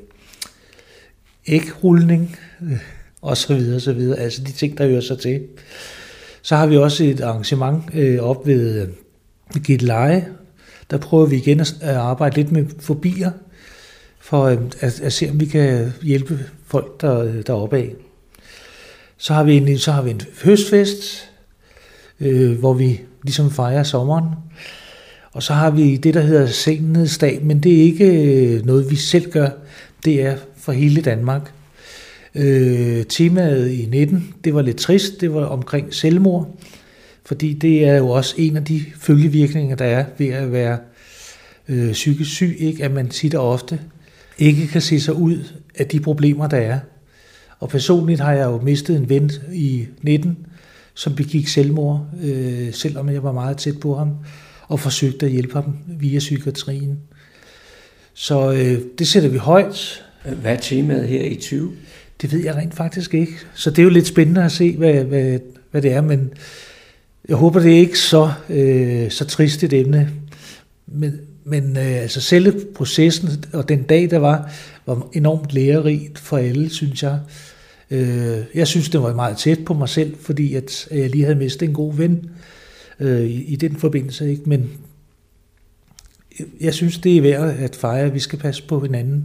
ægrulning og så videre, så videre. Altså de ting, der hører sig til. Så har vi også et arrangement op ved Gilleleje. Der prøver vi igen at arbejde lidt med fobier, for at se, om vi kan hjælpe folk deroppe af. Så har vi en høstfest, hvor vi ligesom fejrer sommeren. Og så har vi det, der hedder Sengens Dag, men det er ikke noget, vi selv gør. Det er for hele Danmark. Temaet i 19, det var lidt trist. Det var omkring selvmord, fordi det er jo også en af de følgevirkninger, der er ved at være psykisk syg, ikke? At man tit og ofte ikke kan se sig ud af de problemer, der er. Og personligt har jeg jo mistet en ven i 19, som begik selvmord, selvom jeg var meget tæt på ham, og forsøgte at hjælpe ham via psykiatrien. Så det sætter vi højt. Hvad er temaet her i 20? Det ved jeg rent faktisk ikke. Så det er jo lidt spændende at se, hvad det er, men jeg håber, det er ikke så trist et emne. Men altså selve processen og den dag, der var enormt lærerigt for alle, synes jeg. Jeg synes, det var meget tæt på mig selv, fordi at jeg lige havde mistet en god ven i den forbindelse. Ikke? Men jeg synes, det er værd at fejre, vi skal passe på hinanden.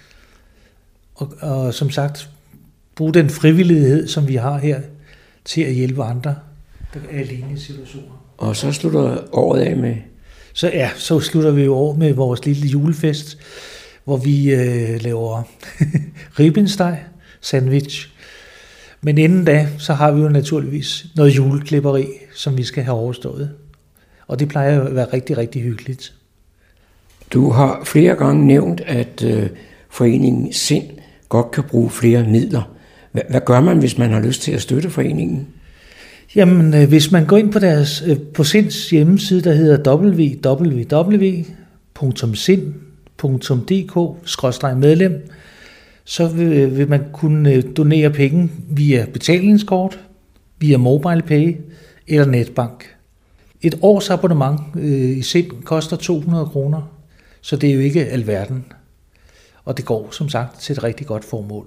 Og som sagt, bruge den frivillighed, som vi har her, til at hjælpe andre, der er i lignende situationer. Og så slutter året af med? Så slutter vi jo år med vores lille julefest, hvor vi laver ribbensteg, sandwich. Men inden da, så har vi jo naturligvis noget juleklipperi, som vi skal have overstået. Og det plejer at være rigtig, rigtig hyggeligt. Du har flere gange nævnt, at foreningen SIND godt kan bruge flere midler. Hvad gør man, hvis man har lyst til at støtte foreningen? Jamen, hvis man går ind på SINDs hjemmeside, der hedder www.sind, www.nordjylland.dk/medlem, så vil man kunne donere penge via betalingskort, via MobilePay eller netbank. Et års abonnement i Sind koster 200 kroner, så det er jo ikke alverden. Og det går som sagt til et rigtig godt formål.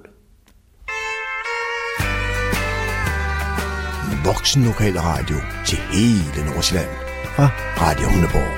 Voksen lokal radio til hele Nordsjælland fra Radio Humleborg.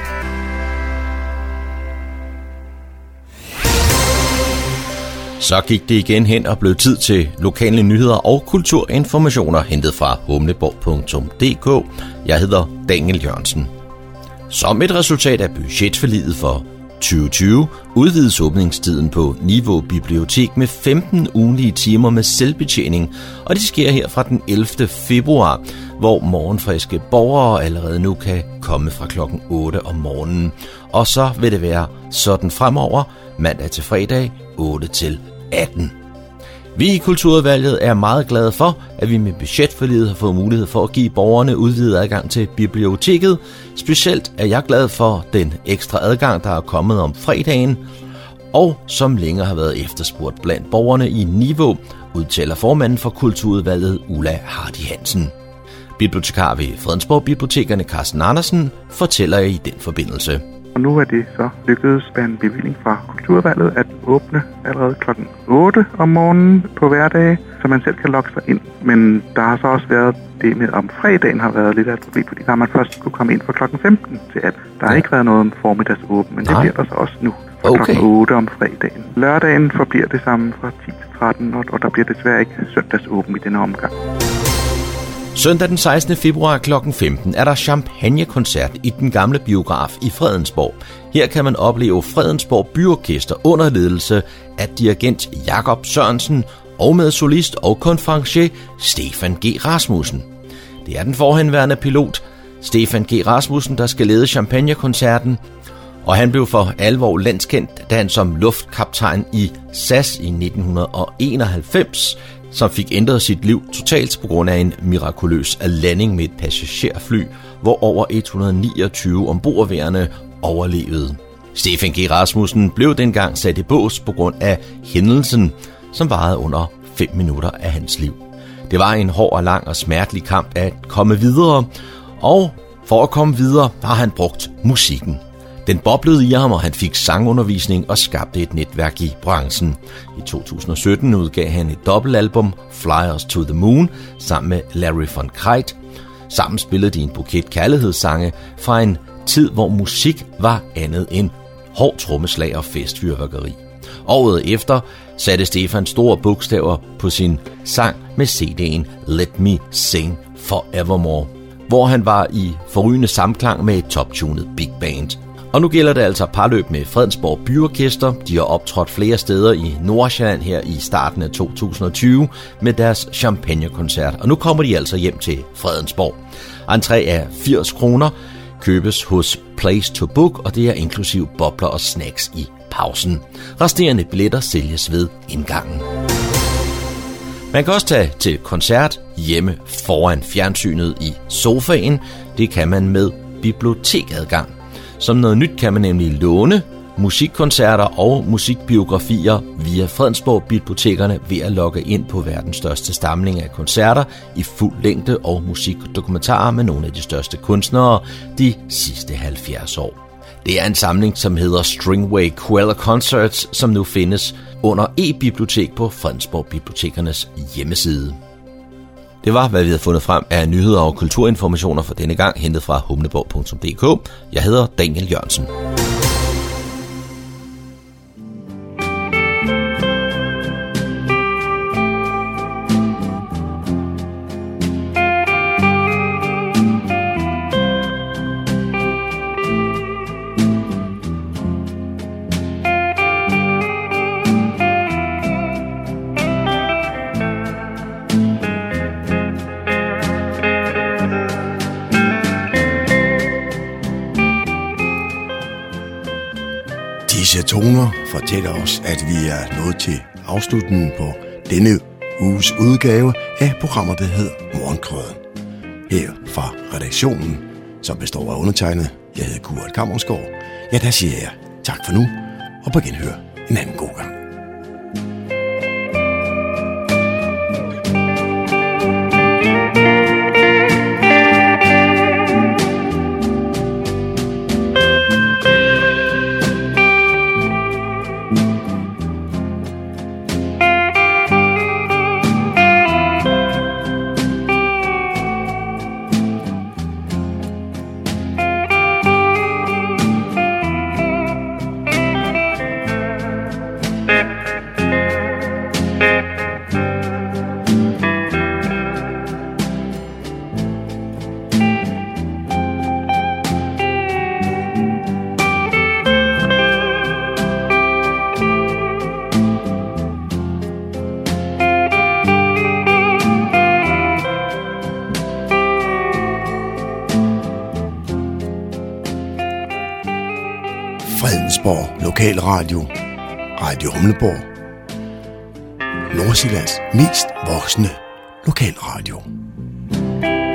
Så gik det igen hen og blev tid til lokale nyheder og kulturinformationer hentet fra humleborg.dk. Jeg hedder Daniel Jørgensen. Som et resultat af budgetforliget for 2020 udvides åbningstiden på Niveau Bibliotek med 15 ugentlige timer med selvbetjening, og det sker her fra den 11. februar, hvor morgenfriske borgere allerede nu kan komme fra klokken 8 om morgenen. Og så vil det være sådan fremover, mandag til fredag, 8 til 18. Vi i Kulturudvalget er meget glade for, at vi med budgetforliget har fået mulighed for at give borgerne udvidet adgang til biblioteket. Specielt er jeg glad for den ekstra adgang, der er kommet om fredagen, og som længere har været efterspurgt blandt borgerne i Niveau, udtaler formanden for Kulturudvalget Ulla Hardy Hansen. Bibliotekar ved Fredensborg Bibliotekerne Carsten Andersen fortæller i den forbindelse. Og nu er det så lykkedes med en bevilling fra Kulturudvalget at åbne allerede klokken 8 om morgenen på hverdage, så man selv kan logge sig ind. Men der har så også været det med, om fredagen har været lidt af et problem, fordi der har man først skulle komme ind fra klokken 15 til at der har ikke været noget om formiddagsåben, men det bliver der så også nu fra klokken 8 om fredagen. Lørdagen forbliver det samme fra 10 til 13, og der bliver desværre ikke søndagsåben i denne omgang. Søndag den 16. februar kl. 15 er der champagnekoncert i den gamle biograf i Fredensborg. Her kan man opleve Fredensborg Byorkester under ledelse af dirigent Jakob Sørensen og med solist og konferencier Stefan G. Rasmussen. Det er den forhenværende pilot Stefan G. Rasmussen, der skal lede champagnekoncerten, og han blev for alvor landskendt, da han som luftkaptajn i SAS i 1991 som fik ændret sit liv totalt på grund af en mirakuløs landing med et passagerfly, hvor over 129 ombordværende overlevede. Stefan G. Rasmussen blev dengang sat i bås på grund af hændelsen, som varede under 5 minutter af hans liv. Det var en hård og lang og smertelig kamp at komme videre, og for at komme videre har han brugt musikken. Den boblede i ham, og han fik sangundervisning og skabte et netværk i branchen. I 2017 udgav han et dobbeltalbum, Flyers to the Moon, sammen med Larry von Kreit. Sammen spillede de en buket kærlighedssange fra en tid, hvor musik var andet end hård trommeslag og festfyrværkeri. Året efter satte Stefan store bogstaver på sin sang med CD'en Let Me Sing Forevermore, hvor han var i forrygende samklang med et toptunet big band. Og nu gælder det altså parløb med Fredensborg Byorkester. De har optrådt flere steder i Nordsjælland her i starten af 2020 med deres champagnekoncert. Og nu kommer de altså hjem til Fredensborg. Entré er 80 kroner, købes hos Place to Book, og det er inklusiv bobler og snacks i pausen. Resterende billetter sælges ved indgangen. Man kan også tage til koncert hjemme foran fjernsynet i sofaen. Det kan man med bibliotekadgang. Som noget nyt kan man nemlig låne musikkoncerter og musikbiografier via Fredensborg Bibliotekerne ved at logge ind på verdens største samling af koncerter i fuld længde og musikdokumentarer med nogle af de største kunstnere de sidste 70 år. Det er en samling, som hedder Stringway Queller Concerts, som nu findes under e-bibliotek på Fredensborg Bibliotekernes hjemmeside. Det var, hvad vi havde fundet frem af nyheder og kulturinformationer for denne gang, hentet fra humleborg.dk. Jeg hedder Daniel Jørgensen. Disse toner fortæller os, at vi er nået til afslutningen på denne uges udgave af programmet, der hedder Morgenkrøden. Her fra redaktionen, som består af undertegnet, jeg hedder Kurt Kammersgaard. Ja, der siger jeg tak for nu, og på genhør en anden god gang. Fredensborg Lokalradio, Radio Humleborg, Nordsjællands mest voksne lokalradio.